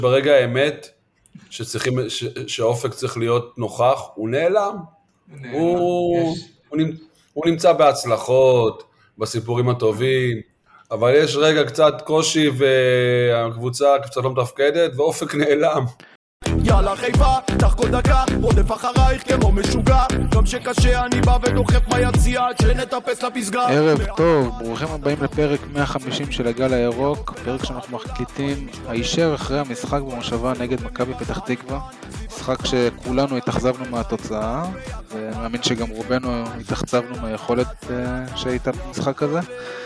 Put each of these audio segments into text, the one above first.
ברגע האמת שהאופק צריך להיות נוכח, הוא נעלם. הוא נמצא בהצלחות, בסיפורים הטובים, אבל יש רגע קצת קושי והקבוצה קצת לא מתפקדת ואופק נעלם. יאללה חיפה, תח כל דקה, רודף אחרייך כמו משוגע, גם שקשה אני בא ודוחף ביציאה עד שנטפס לפסגה. ערב טוב, ברוכים הבאים לפרק 150 של הגל הירוק, פרק שאנחנו מחליטים הישר אחרי המשחק במושבה נגד מכבי פתח תקווה, משחק שכולנו התאכזבנו מהתוצאה, ומאמין שגם רובנו התאכזבנו מהיכולת שהייתה במשחק הזה.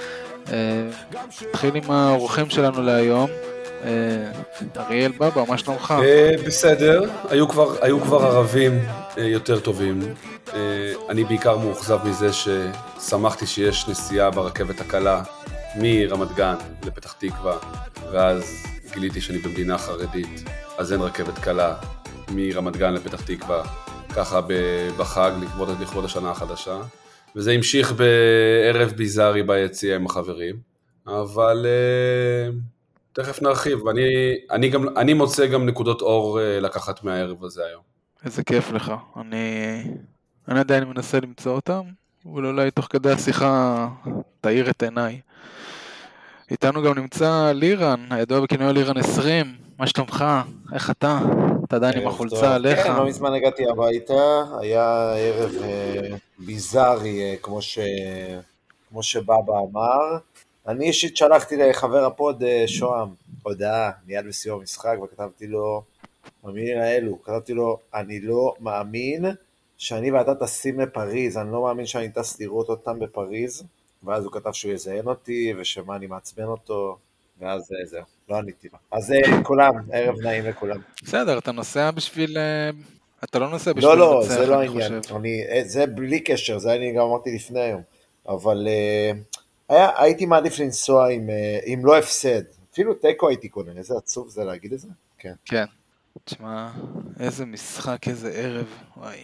נתחיל עם האורחים שלנו להיום. אריאל בבא, מה שלומך? בסדר, היו כבר ערבים יותר טובים. אני בעיקר מאוכזב מזה ששמחתי שיש נסיעה ברכבת הקלה מרמת גן לפתח תקווה, ואז גיליתי שאני במדינה חרדית, אז אין רכבת קלה מרמת גן לפתח תקווה, ככה בחג לכבוד השנה החדשה, וזה המשיך בערב ביזארי ביציע עם החברים, אבל תכף נרחיב, אני מוצא גם נקודות אור לקחת מהערב הזה היום. איזה כיף לך, אני עדיין מנסה למצוא אותם, ואולי תוך כדי השיחה תאיר את עיניי. איתנו גם נמצא לירן, הידוע בכינוי לירן 20, מה שלומך? איך אתה? אתה עדיין עם החולצה עליך? כן, לא מזמן הגעתי הביתה, היה ערב ביזארי, כמו שבאבא אמר. אני אישית שלחתי לחבר הפוד שוהם הודעה מיד בסיום המשחק, וכתבתי לו, במילים האלו, כתבתי לו, אני לא מאמין שאני ואתה טסים לפריז, אני לא מאמין שאני טס לראות אותם בפריז, ואז הוא כתב שהוא יזיין אותי, ושמה אני מעצבן אותו, ואז זהו, לא עניתי לו. אז לכולם, ערב נעים לכולם. בסדר, אתה נוסע בשביל, אתה לא נוסע בשביל לא, לנצח, זה לא אני העניין, חושב. זה בלי קשר, זה אני גם אמרתי לפני היום, אבל הייתי מעדיף לנסוע עם לא הפסד, אפילו טקו הייתי קונה, איזה עצוב זה להגיד את זה? כן. כן, תשמע, איזה משחק, איזה ערב, וואי.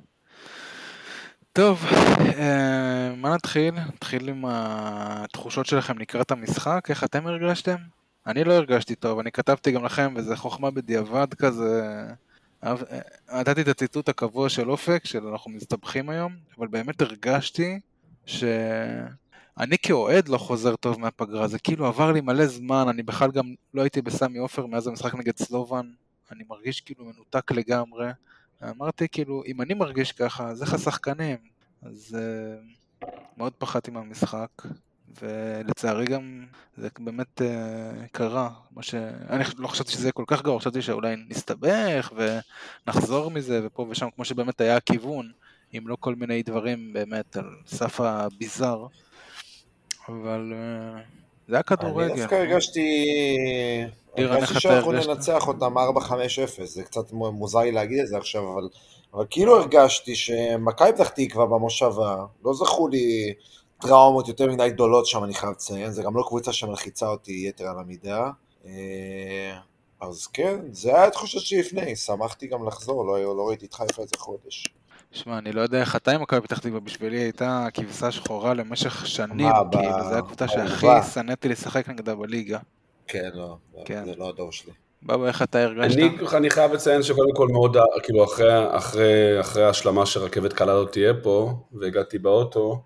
טוב, מה נתחיל? נתחיל עם התחושות שלכם לקראת המשחק, איך אתם הרגשתם? אני לא הרגשתי טוב, אני כתבתי גם לכם, וזה חוכמה בדיעבד כזה, נתתי את הציטוט הקבוע של אופק, שאנחנו מסתבכים היום, אבל באמת הרגשתי שאני כאוהד לא חוזר טוב מהפגרה, זה כאילו עבר לי מלא זמן, אני בכלל גם לא הייתי בסמי עופר מאז המשחק נגד סלובן, אני מרגיש כאילו מנותק לגמרי, אמרתי כאילו, אם אני מרגיש ככה, אז איך השחקנים? אז מאוד פחדתי מהמשחק, ולצערי גם זה באמת קרה, אני לא חשבתי שזה יהיה כל כך גרוע, חשבתי שאולי נסתבך ונחזור מזה, ופה ושם כמו שבאמת היה הכיוון, אם לא כל מיני דברים באמת על סף הביזר, אבל זה היה כדורגל. אני דווקא הרגשתי שאנחנו ננצח אותם 4-5-0, זה קצת מוזר לי להגיד את זה עכשיו, אבל כאילו הרגשתי שמכבי פתח תקווה במושבה, לא זכו לי טראומות יותר מדי גדולות שם, אני חייב לציין, זה גם לא קבוצה שמלחיצה אותי יתר על המידה, אז כן, זה היה תחושה שלי לפני, שמחתי גם לחזור, לא ראיתי את חיפה איזה חודש. שמע, אני לא יודע איך אתה עם מכבי פתח תקווה, בשבילי הייתה כבשה שחורה למשך שנים, כאילו, זו הקבוצה שהכי שנאתי לשחק נגדה בליגה. כן, לא, זה לא הדור שלי. בבא, איך אתה הרגשת? אני חייב לציין שקודם כל מאוד, כאילו אחרי ההשלמה שרכבת קלה לא תהיה פה, והגעתי באוטו,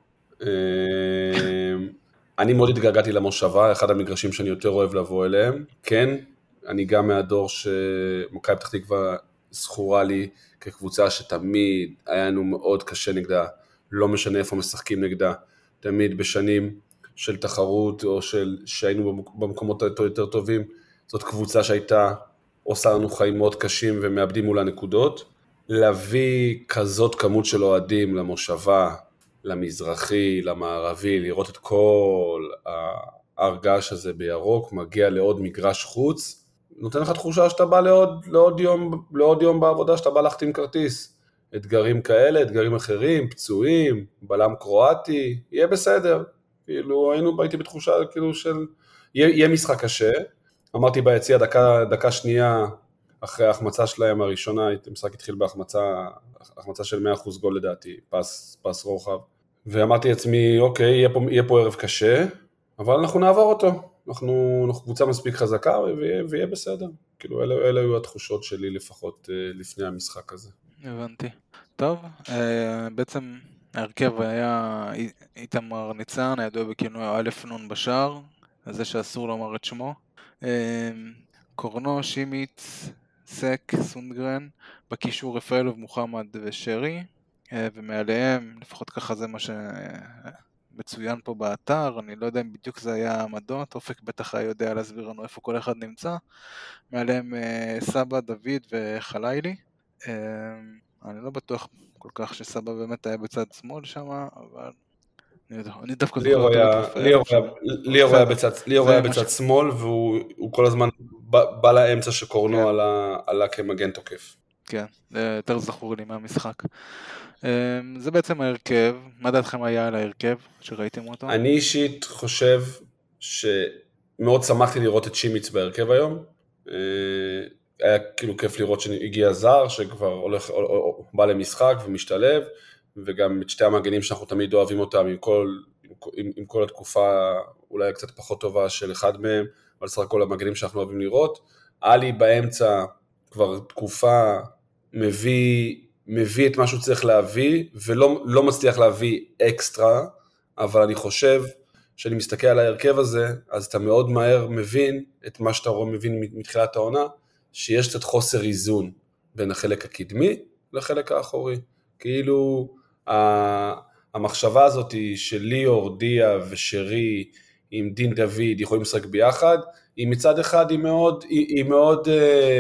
אני מאוד התגעגעתי למושבה, אחד המגרשים שאני יותר אוהב לבוא אליהם, כן, אני גם מהדור שמכבי פתח תקווה זכורה לי כקבוצה שתמיד היה לנו מאוד קשה נגדה, לא משנה איפה משחקים נגדה, תמיד בשנים של תחרות או שהיינו במקומות יותר טובים, זאת קבוצה שהייתה עושה לנו חיים מאוד קשים ומאבדים מולה נקודות, להביא כזאת כמות של אוהדים למושבה, למזרחי, למערבי, לראות את כל ההרגש הזה בירוק, מגיע לעוד מגרש חוץ, נותן לך תחושה שאתה בא לעוד יום בעבודה, שאתה בא להחתים כרטיס. אתגרים כאלה, אתגרים אחרים, פצועים, בלם קרואטי, יהיה בסדר. כאילו, הייתי בתחושה כאילו יהיה משחק קשה. אמרתי ביציע דקה שנייה, אחרי ההחמצה שלהם הראשונה, המשחק התחיל בהחמצה של 100% גול לדעתי, פס רוחב. ואמרתי לעצמי, אוקיי, יהיה פה ערב קשה, אבל אנחנו נעבור אותו. אנחנו קבוצה מספיק חזקה ויהיה בסדר. כאילו אלה היו התחושות שלי לפחות לפני המשחק הזה. הבנתי. טוב, בעצם ההרכב היה איתמר ניצן, הידוע בכינוי א' נון בשער, זה שאסור לומר את שמו. קורנו, שימיץ, סק, סונדגרן, בקישור רפאלוב, מוחמד ושרי, ומעליהם, לפחות ככה זה מה שמצוין פה באתר, אני לא יודע אם בדיוק זה היה עמדות, אופק בטח יודע להסביר לנו איפה כל אחד נמצא, מעליהם סבא, דוד וחלילי. אני לא בטוח כל כך שסבא באמת היה בצד שמאל שם, אבל אני דווקא זוכר אותו את רפאלוב שם. ליאור היה בצד שמאל, והוא כל הזמן בא לאמצע שקורנו עלה כמגן תוקף. כן, יותר זכור לי מהמשחק. זה בעצם ההרכב. מה דעתכם היה על ההרכב שראיתם אותו? אני אישית חושב שמאוד שמחתי לראות את שימיץ בהרכב היום. היה כאילו כיף לראות שהגיע זר, שכבר הולך, בא למשחק ומשתלב, וגם את שתי המגנים שאנחנו תמיד אוהבים אותם, עם כל התקופה אולי קצת פחות טובה של אחד מהם, אבל סך הכל המגנים שאנחנו אוהבים לראות. אלי באמצע כבר תקופה מביא את מה שהוא צריך להביא, ולא מצליח להביא אקסטרה, אבל אני חושב שאני מסתכל על ההרכב הזה, אז אתה מאוד מהר מבין את מה שאתה מבין מתחילת העונה, שיש קצת חוסר איזון בין החלק הקדמי לחלק האחורי. כאילו המחשבה הזאת של ליאור, דיה ושרי עם דין דוד יכולים לשחק ביחד, היא מצד אחד היא מאוד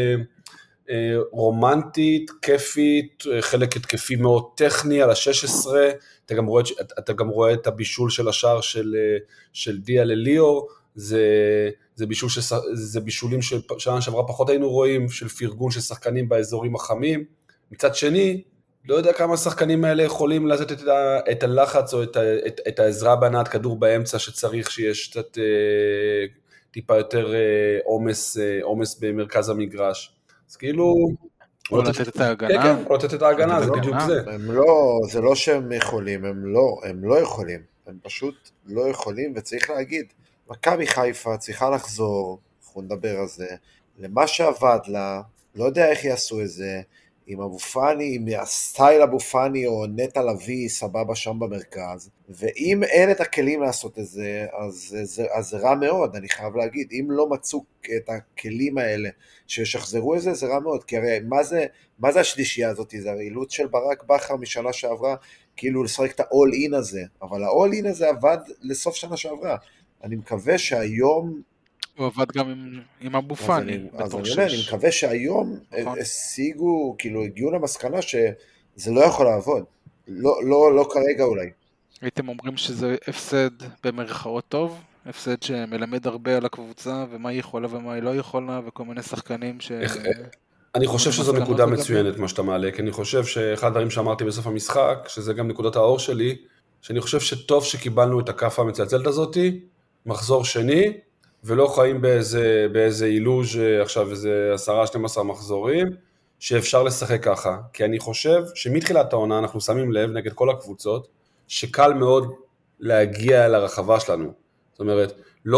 רומנטית, כיפית, חלק התקפי מאוד טכני על ה-16, אתה גם רואה את הבישול של השער של דיה לליאור, זה בישולים ששנה שעברה פחות היינו רואים, של פרגון של שחקנים באזורים החמים. מצד שני, לא יודע כמה השחקנים האלה יכולים לתת את הלחץ או את העזרה בהנעת כדור באמצע, שצריך שיש קצת טיפה יותר עומס במרכז המגרש. אז כאילו... או לתת את ההגנה. כן, או לתת את ההגנה, זה בדיוק זה. זה לא שהם יכולים, הם לא יכולים. הם פשוט לא יכולים, וצריך להגיד, מכבי חיפה צריכה לחזור, אנחנו נדבר על זה, למה שעבד לה, לא יודע איך יעשו את זה, עם אבו פאני, עם הסטייל אבו פאני או נטע לוי, סבבה שם במרכז, ואם אין את הכלים לעשות את זה, אז זה רע מאוד, אני חייב להגיד, אם לא מצאו את הכלים האלה שישחזרו את זה, זה רע מאוד, כי הרי מה זה השלישייה הזאת? זה הרעילות של ברק בכר משנה שעברה, כאילו לשחק את ה-all in הזה, אבל ה-all in הזה עבד לסוף שנה שעברה, אני מקווה שהיום... הוא עבד גם עם אבו פאני. אז אני מקווה שהיום השיגו, כאילו הגיעו למסקנה שזה לא יכול לעבוד. לא כרגע אולי. הייתם אומרים שזה הפסד במרכאות טוב? הפסד שמלמד הרבה על הקבוצה, ומה היא יכולה ומה היא לא יכולה, וכל מיני שחקנים ש... אני חושב שזו נקודה מצוינת מה שאתה מעלה, כי אני חושב שאחד הדברים שאמרתי בסוף המשחק, שזה גם נקודת האור שלי, שאני חושב שטוב שקיבלנו את הכף המצלצלת הזאת, מחזור שני, ולא חיים באיזה אילוז' עכשיו איזה 10-12 מחזורים, שאפשר לשחק ככה. כי אני חושב שמתחילת העונה אנחנו שמים לב נגד כל הקבוצות, שקל מאוד להגיע לרחבה שלנו. זאת אומרת,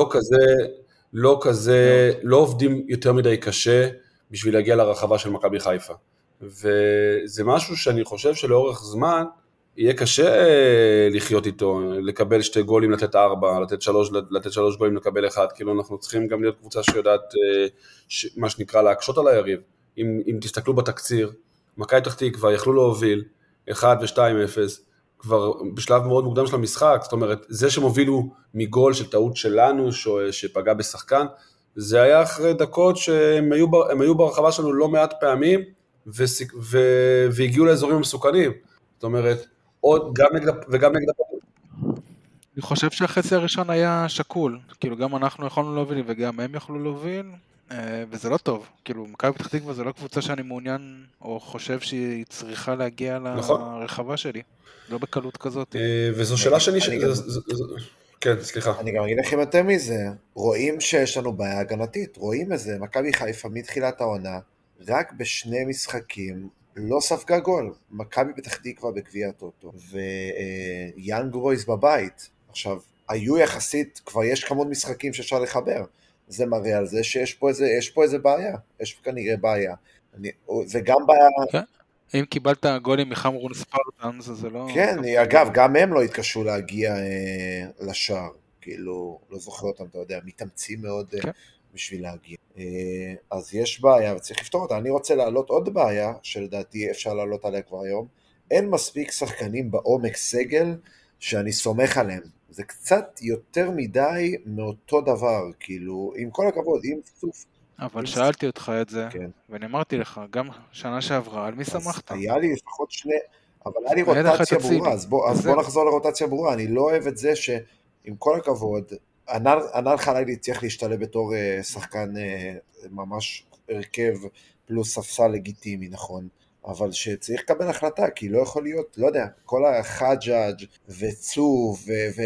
לא עובדים יותר מדי קשה בשביל להגיע לרחבה של מכבי חיפה. וזה משהו שאני חושב שלאורך זמן יהיה קשה לחיות איתו, לקבל 2 גולים, לתת 4, לתת 3 גולים, לקבל 1, כאילו אנחנו צריכים גם להיות קבוצה שיודעת מה שנקרא להקשות על היריב. אם תסתכלו בתקציר, מכבי פתח תקווה יכלו להוביל 1 ו-2-0, כבר בשלב מאוד מוקדם של המשחק, זאת אומרת, זה שמובילו מגול של טעות שלנו, שפגע בשחקן, זה היה אחרי דקות שהם היו ברחבה שלנו לא מעט פעמים, והגיעו לאזורים המסוכנים. זאת אומרת, וגם נגד... אני חושב שהחצי הראשון היה שקול, כאילו גם אנחנו יכולנו להוביל וגם הם יכולו להוביל, וזה לא טוב, כאילו מכבי פתח תקווה זה לא קבוצה שאני מעוניין או חושב שהיא צריכה להגיע לרחבה שלי, לא בקלות כזאת. וזו שאלה שני כן, סליחה. אני גם אגיד לכם יותר מזה, רואים שיש לנו בעיה הגנתית, רואים איזה, מכבי חיפה מתחילת העונה, רק בשני משחקים, לא ספגה גול, מכבי פתח תקווה בגביע הטוטו, ויאנג בויז בבית, עכשיו, היו יחסית, כבר יש כמות משחקים שאפשר לחבר, זה מראה על זה שיש פה איזה בעיה, יש כנראה בעיה. זה גם בעיה... כן. אם קיבלת גולים מחמרון ספרטנס, זה לא... כן, אגב, גם הם לא התקשו להגיע לשער, כאילו, לא זוכר אותם, אתה יודע, מתאמצים מאוד בשביל להגיע. אז יש בעיה וצריך לפתור אותה. אני רוצה להעלות עוד בעיה, שלדעתי אפשר להעלות עליה כבר היום. אין מספיק שחקנים בעומק סגל שאני סומך עליהם. זה קצת יותר מדי מאותו דבר, כאילו, עם כל הכבוד, עם סוף. אבל שאלתי אותך את זה, ואני אמרתי לך, גם שנה שעברה, על מי שמחת? היה לי לפחות שני, אבל היה לי רוטציה ברורה, אז בוא נחזור לרוטציה ברורה. אני לא אוהב את זה שעם כל הכבוד, ענן חלילי צריך להשתלב בתור שחקן ממש הרכב פלוס ספסל לגיטימי, נכון? אבל שצריך לקבל החלטה, כי לא יכול להיות, לא יודע, כל החג'אג' וצוף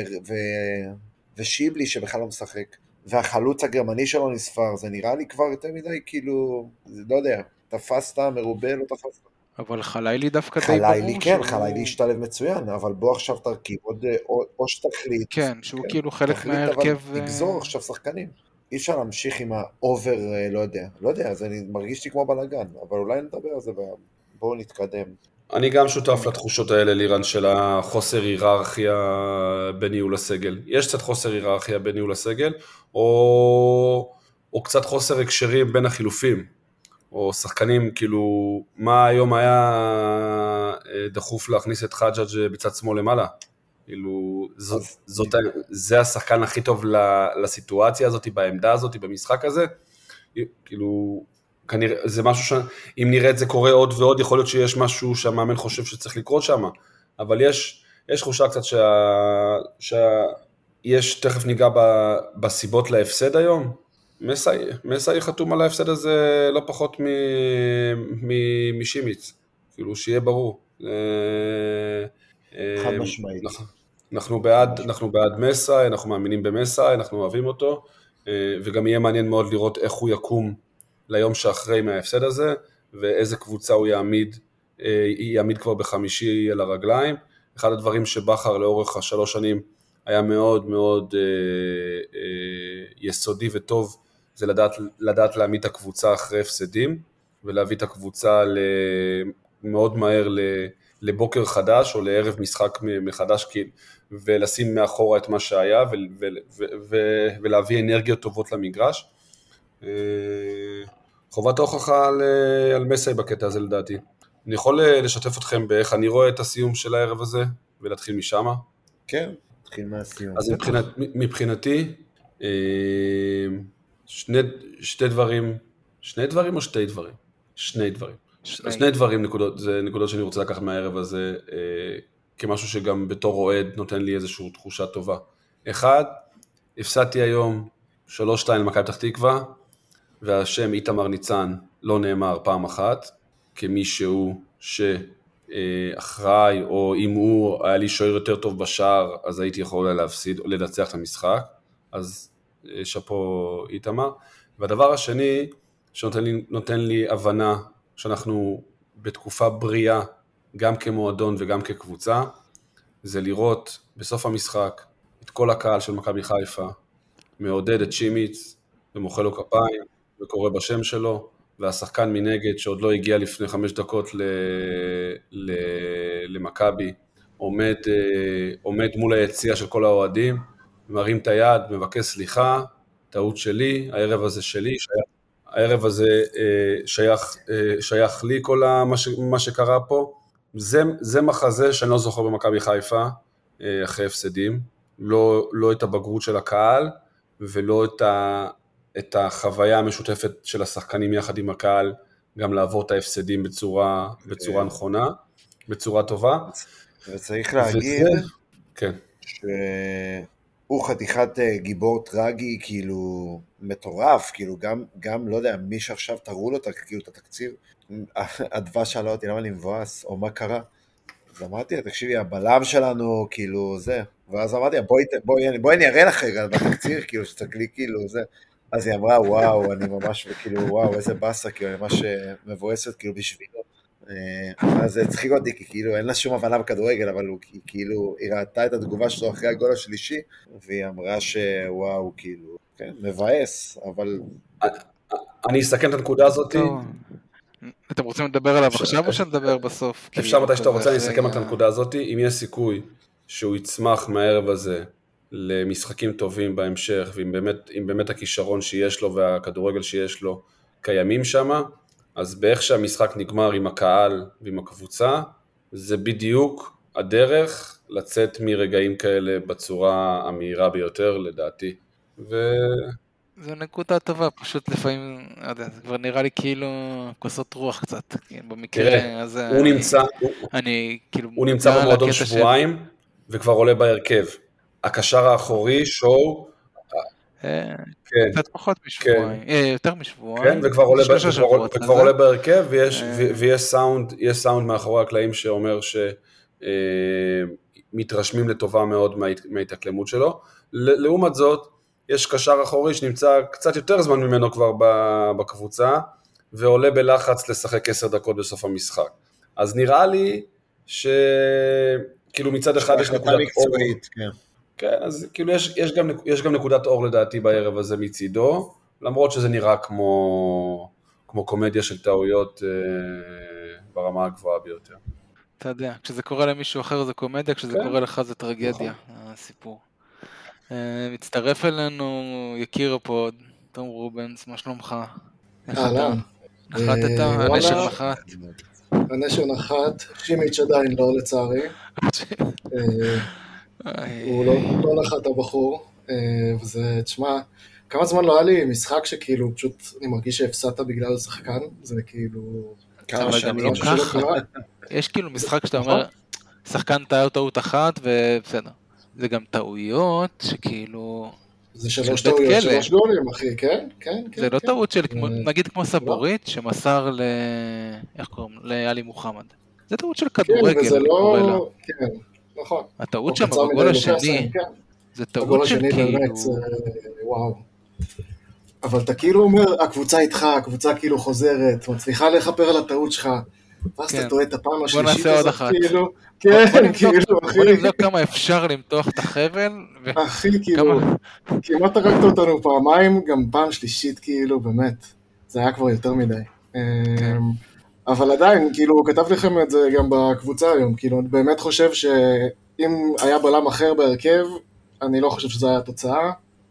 ושיבלי שבכלל לא משחק, והחלוץ הגרמני שלו נספר, זה נראה לי כבר יותר מדי, כאילו, לא יודע, תפסת, מרובה, לא תפסת. אבל חלילי דווקא די ברור. חלילי, כן, חלילי השתלב מצוין, אבל בוא עכשיו תרכיב, או שתחליט. כן, שהוא כאילו חלק מהרכב... אבל תגזור עכשיו שחקנים. אי אפשר להמשיך עם האובר, לא יודע, אז אני מרגיש לי כמו בלגן, אבל אולי נדבר על זה, בואו נתקדם. אני גם שותף לתחושות האלה, לירן, של החוסר היררכיה בניהול הסגל. יש קצת חוסר היררכיה בניהול הסגל, או קצת חוסר הקשרים בין החילופים, או שחקנים, כאילו, מה היום היה דחוף להכניס את חג'אג' בצד שמאל למעלה? כאילו, זה השחקן הכי טוב לסיטואציה הזאת, בעמדה הזאת, במשחק הזה, כאילו... כנראה, זה משהו שאם נראה את זה קורה עוד ועוד, יכול להיות שיש משהו שהמאמן חושב שצריך לקרות שם, אבל יש תחושה קצת שיש, תכף ניגע בסיבות להפסד היום, מסאי חתום על ההפסד הזה לא פחות משימיץ, כאילו שיהיה ברור. חד משמעית. אנחנו בעד מסאי, אנחנו מאמינים במסאי, אנחנו אוהבים אותו, וגם יהיה מעניין מאוד לראות איך הוא יקום ליום שאחרי מההפסד הזה, ואיזה קבוצה הוא יעמיד כבר בחמישי על הרגליים. אחד הדברים שבחר לאורך 3 שנים היה מאוד מאוד יסודי וטוב, זה לדעת להעמיד את הקבוצה אחרי הפסדים, ולהביא את הקבוצה מאוד מהר לבוקר חדש, או לערב משחק מחדש, ולשים מאחורה את מה שהיה, ולהביא אנרגיות טובות למגרש. חובת ההוכחה על מסאי בקטע הזה לדעתי. אני יכול לשתף אתכם באיך אני רואה את הסיום של הערב הזה, ולהתחיל משם? כן, נתחיל מהסיום. אז מבחינתי, שני דברים או שתי דברים? שני דברים. שני דברים, זה נקודות שאני רוצה לקחת מהערב הזה, כמשהו שגם בתור אוהד נותן לי איזושהי תחושה טובה. אחד, הפסדתי היום 3-2 למכבי פתח תקווה, והשם איתמר ניצן לא נאמר פעם אחת, כמישהו שאחראי, או אם הוא היה לי שוער יותר טוב בשער, אז הייתי יכול להפסיד או לנצח את המשחק, אז שפו איתמר. והדבר השני, שנותן לי הבנה שאנחנו בתקופה בריאה, גם כמועדון וגם כקבוצה, זה לראות בסוף המשחק את כל הקהל של מכבי חיפה, מעודד את שימיץ, ומוחא לו כפיים, וקורא בשם שלו, והשחקן מנגד שעוד לא הגיע לפני 5 דקות למכבי, עומד מול היציאה של כל האוהדים, מרים את היד, מבקש סליחה, טעות שלי, הערב הזה שלי, הערב הזה שייך לי כל מה שקרה פה. זה מחזה שאני לא זוכר במכבי חיפה, אחרי הפסדים, לא את הבגרות של הקהל, ולא את החוויה המשותפת של השחקנים יחד עם הקהל, גם לעבור את ההפסדים בצורה נכונה, בצורה טובה. וצריך להגיד שהוא חתיכת גיבור טרגי, כאילו מטורף, כאילו גם לא יודע, מי שעכשיו תראו לו כאילו את התקציר, הדווה שאלה אותי למה אני מבואס, או מה קרה, אז אמרתי, תקשיבי, הבלם שלנו, כאילו זה, ואז אמרתי, בואי אני אראה לך רגע בתקציר, כאילו שתקלי, כאילו זה, אז היא אמרה, וואו, אני ממש, כאילו, וואו, איזה בסה, כאילו, אני ממש מבואסת, כאילו, בשבילו. אז זה צחיק אותי, כי כאילו, אין לה שום הבנה בכדורגל, אבל כאילו, היא ראתה את התגובה שלו אחרי הגול השלישי, והיא אמרה שוואו, כאילו, כן, מבאס, אבל... אני אסכם את הנקודה הזאת. טוב. אתם רוצים לדבר עליו עכשיו או שנדבר בסוף? אפשר מתי שאתה רוצה, אני אחרי אסכם את הנקודה הזאת. אם יש סיכוי שהוא יצמח מהערב הזה למשחקים טובים בהמשך, ואם באמת הכישרון שיש לו והכדורגל שיש לו קיימים שם, אז באיך שהמשחק נגמר עם הקהל ועם הקבוצה, זה בדיוק הדרך לצאת מרגעים כאלה בצורה המהירה ביותר לדעתי. זו נקודה טובה, פשוט לפעמים, לא יודע, זה כבר נראה לי כאילו כוסות רוח קצת, במקרה הזה אני כאילו... הוא נמצא במועדון שבועיים וכבר עולה בהרכב. הקשר האחורי, שואו, קצת פחות משבועיים, יותר משבועיים, כן, וכבר עולה בהרכב, ויש סאונד מאחורי הקלעים שאומר שמתרשמים לטובה מאוד מההתאקלמות שלו. לעומת זאת, יש קשר אחורי שנמצא קצת יותר זמן ממנו כבר בקבוצה, ועולה בלחץ לשחק 10 דקות בסוף המשחק. אז נראה לי שכאילו מצד אחד יש נקודת אור. כן, אז כאילו יש גם נקודת אור לדעתי בערב הזה מצידו, למרות שזה נראה כמו קומדיה של טעויות ברמה הגבוהה ביותר. אתה יודע, כשזה קורה למישהו אחר זה קומדיה, כשזה קורה לך זה טרגדיה, הסיפור. מצטרף אלינו יקיר הפוד, תום רובנס, מה שלומך? אהלן. נחתת? הנשר נחת? הנשר נחת, שימיץ' עדיין לא לצערי. הוא לא נחת הבחור, וזה, תשמע, כמה זמן לא היה לי משחק שכאילו פשוט אני מרגיש שהפסדת בגלל השחקן, זה כאילו... כמה שנים לא ככה? יש כאילו משחק שאתה אומר, שחקן טעות אחת ובסדר. זה גם טעויות שכאילו... זה 3 טעויות, 3 גולים, אחי, כן? זה לא טעות של, נגיד כמו סבורית, שמסר ל... איך קוראים? לאלי מוחמד. זה טעות של כדורגל. כן, וזה לא... כן, נכון. הטעות שם בגול השני, זה טעות של כאילו... וואו. אבל אתה כאילו אומר, הקבוצה איתך, הקבוצה כאילו חוזרת, מצליחה לחפר על הטעות שלך, ואז אתה טועה את הפעם השלישית הזאת, כאילו, כן, כאילו, אחי. בוא נבדוק כמה אפשר למתוח את החבל. אחי, כאילו, כמעט הרגת אותנו פעמיים, גם פעם שלישית, כאילו, באמת, זה היה כבר יותר מדי. אבל עדיין, כאילו, הוא כתב לכם את זה גם בקבוצה היום, כאילו, אני באמת חושב שאם היה בלם אחר בהרכב, אני לא חושב שזו היה התוצאה,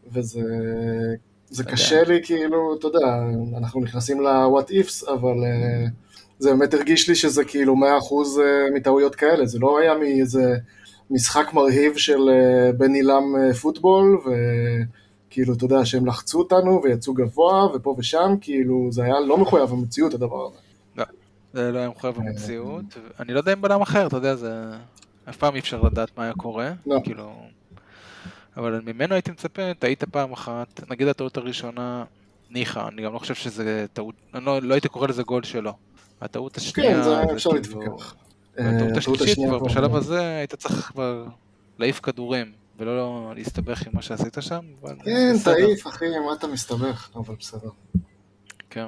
וזה קשה לי, כאילו, אתה יודע, אנחנו נכנסים ל-what ifs, אבל זה באמת הרגיש לי שזה כאילו 100% מטעויות כאלה, זה לא היה מאיזה משחק מרהיב של בן אילם פוטבול, וכאילו, אתה יודע, שהם לחצו אותנו ויצאו גבוה, ופה ושם, כאילו, זה היה לא מחויב המציאות הדבר הזה. לא, זה לא היה מחויב המציאות, אני לא יודע אם בלם אחר, אתה יודע, זה אף פעם אי אפשר לדעת מה היה קורה, כאילו... אבל ממנו הייתי מצפה, טעית פעם אחת, נגיד הטעות הראשונה ניחה, אני גם לא חושב שזה טעות, אני לא הייתי קורא לזה גול שלו. הטעות השנייה... כן, זה אפשר להתווכח. הטעות השלישית כבר בשלב הזה, היית צריך כבר להעיף כדורים, ולא להסתבך עם מה שעשית שם. כן, תעיף אחי, מה אתה מסתבך, אבל בסדר. כן.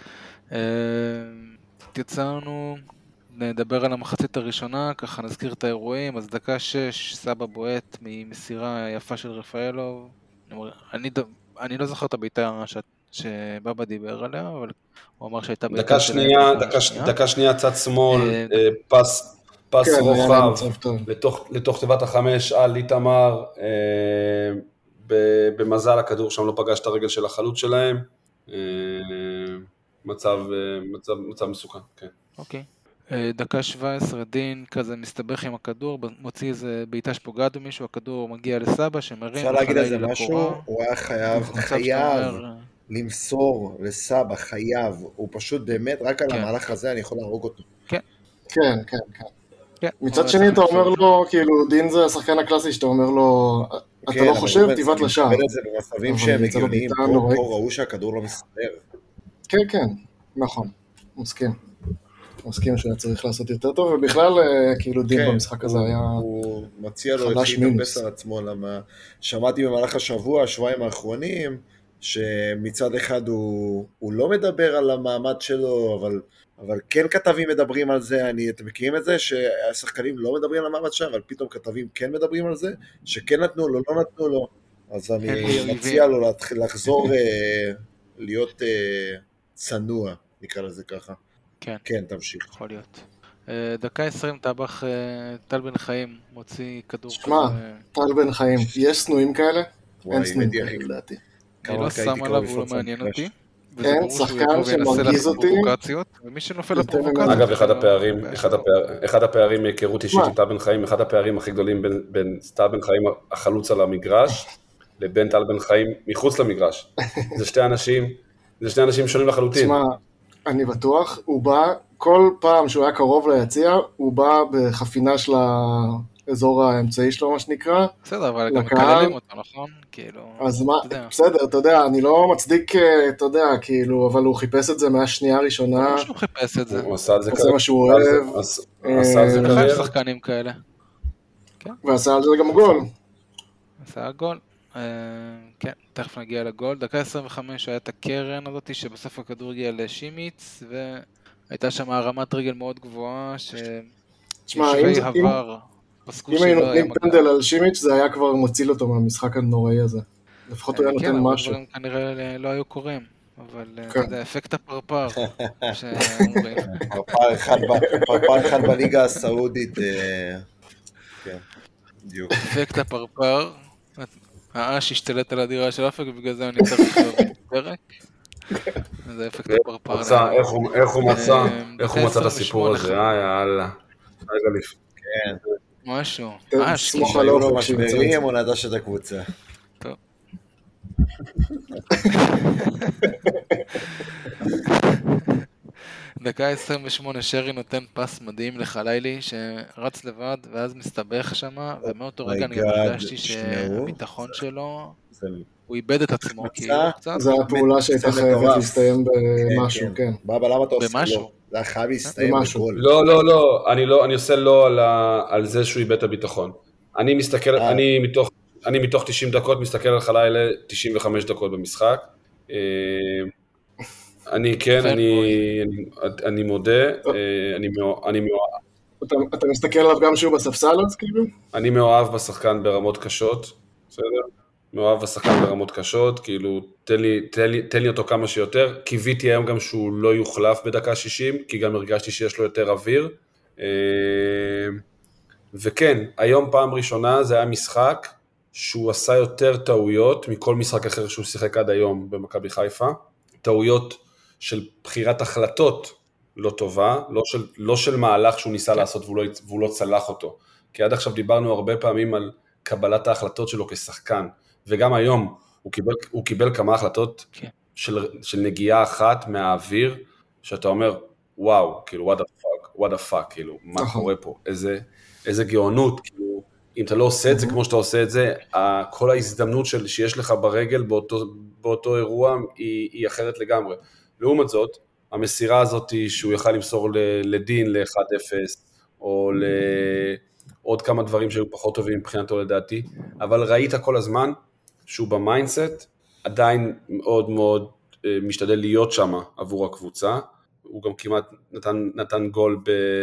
יצאנו... נדבר על המחצית הראשונה, ככה נזכיר את האירועים, אז דקה 6, סבא בועט ממסירה יפה של רפאלוב, אני לא זוכר את הביתה שבאבא דיבר עליה, אבל הוא אמר שהייתה ביתה דקה שנייה צד שמאל, פס רוחב, לתוך תיבת החמש על איתמר, במזל הכדור שם לא פגש את הרגל של החלוץ שלהם, מצב מסוכן, כן. אוקיי. דקה 17, דין כזה מסתבך עם הכדור, מוציא איזה בעיטה שפוגעת במישהו, הכדור מגיע לסבא שמרים. אפשר להגיד על זה משהו? הוא היה חייב למסור לסבא, חייב. הוא פשוט באמת, רק על המהלך הזה אני יכול להרוג אותו. כן. כן. מצד שני אתה אומר לו, כאילו דין זה השחקן הקלאסי שאתה אומר לו, אתה לא חושב, תיבט לשער. אני מקבל את זה במצבים שהם הגיוניים, פה ראו שהכדור לא מסתדר. כן, נכון, מסכים שהיה צריך לעשות יותר טוב, ובכלל, כאילו דין במשחק הזה היה הוא מציע לו להתאפס על עצמו, למה שמעתי במהלך השבוע, השבועיים האחרונים, שמצד אחד הוא לא מדבר על המעמד שלו, אבל כן כתבים מדברים על זה, אתם מכירים את זה, שהשחקנים לא מדברים על המעמד שלהם, אבל פתאום כתבים כן מדברים על זה, שכן נתנו לו, לא נתנו לו. אז אין לי אני אויבים. מציע לו לחזור להיות צנוע, נקרא לזה ככה. כן, כן, תמשיך. יכול להיות. דקה 20 טבח טל בן חיים מוציא כדור שמע, כזה. טל בן חיים, יש סנויים כאלה? אין וואי, סנויים מדיח. כאלה לדעתי. אני לא שם עליו, הוא לא מעניין אותי. וזה אין ברור שהוא שחקן יבוא וינסה שמרגיז לעשות אותי. פרובוקציות, ומי שנופל יותר לפרובוקציות... אגב, שלו. אחד הפערים מהיכרות אישית עם טל בן חיים, אחד הפערים הכי גדולים בין טל בן חיים החלוץ על המגרש, לבין טל בן חיים מחוץ למגרש. זה שני אנשים שונים לחלוטין. שמע, אני בטוח, הוא בא, כל פעם שהוא היה קרוב ליציע, הוא בא בחפינה של האזור האמצעי שלו, מה שנקרא. בסדר, אבל גם לקהל. מקללים אותו, נכון? כאילו... אז מה, אתה יודע. בסדר, אתה יודע, אני לא מצדיק, אתה יודע, כאילו, אבל הוא חיפש את זה מהשנייה הראשונה, ברור שהוא חיפש את זה. הוא עשה את זה זה מה שהוא אוהב, עשה את זה ולכן יש קריירה. שחקנים כאלה. ועשה על זה גם גול. עשה גול. כן, תכף נגיע לגול. דקה 25 היה את הקרן הזאת שבסוף הכדור הגיע לשימיץ, והייתה שם הרמת רגל מאוד גבוהה, תשמע, שישבי עבר פסקו אם היינו שלא היה נותנים פנדל על שימיץ' זה היה כבר מציל אותו מהמשחק הנוראי הזה. לפחות הוא היה כן, נותן אבל משהו. דברים כנראה לא היו קורים. אבל אתה כן. יודע, אפקט הפרפר, שאומרים. פרפר אחד בליגה הסעודית, כן, בדיוק. אפקט הפרפר, האש השתלט על הדירה של אופק, ובגלל זה אני צריך להביא פרק. זה אפקט הפרפר. איך הוא מצא את הסיפור הזה, יאללה. רגע לפני. כן, משהו. סמוך היו עליו לו כשהוא משברים, הוא נדש את הקבוצה. טוב. דקה 28 שרי נותן פס מדהים לחלילי שרץ לבד ואז מסתבך שמה, ומאותו רגע אני גם הרגשתי שהביטחון שלו, הוא איבד את עצמו כאילו קצת. זו הפעולה שהייתה חייבת להסתיים במשהו, כן. בבא, למה אתה עושה במשהו. לו? זה היה חייב להסתיים במשהו. בגול. לא, אני עושה לא על זה שהוא איבד את הביטחון. אני מסתכל, אני מתוך 90 דקות מסתכל על חלילי 95 דקות במשחק. אני מודה, אתה מסתכל עליו גם שהוא בספסל אז כאילו? אני מאוהב בשחקן ברמות קשות, בסדר? מאוהב בשחקן ברמות קשות, כאילו תן לי אותו כמה שיותר, קיוויתי היום גם שהוא לא יוחלף בדקה 60, כי גם הרגשתי שיש לו יותר אוויר, וכן, היום פעם ראשונה זה היה משחק שהוא עשה יותר טעויות מכל משחק אחר שהוא שיחק עד היום במכבי חיפה, טעויות של בחירת החלטות לא טובה, לא של מהלך שהוא ניסה לעשות והוא לא צלח אותו, כי עד עכשיו דיברנו הרבה פעמים על קבלת ההחלטות שלו כשחקן, וגם היום הוא קיבל כמה החלטות של נגיעה אחת מהאוויר, שאתה אומר, וואו, כאילו, what the fuck, כאילו, מה קורה פה, איזה גאונות, כאילו, אם אתה לא עושה את זה כמו שאתה עושה את זה, כל ההזדמנות שיש לך ברגל באותו אירוע היא אחרת לגמרי. לעומת זאת, המסירה הזאת שהוא יכל למסור לדין ל-1-0, או לעוד כמה דברים שהיו פחות טובים מבחינתו לדעתי, אבל ראית כל הזמן שהוא במיינדסט, עדיין מאוד מאוד משתדל להיות שם עבור הקבוצה, הוא גם כמעט נתן גול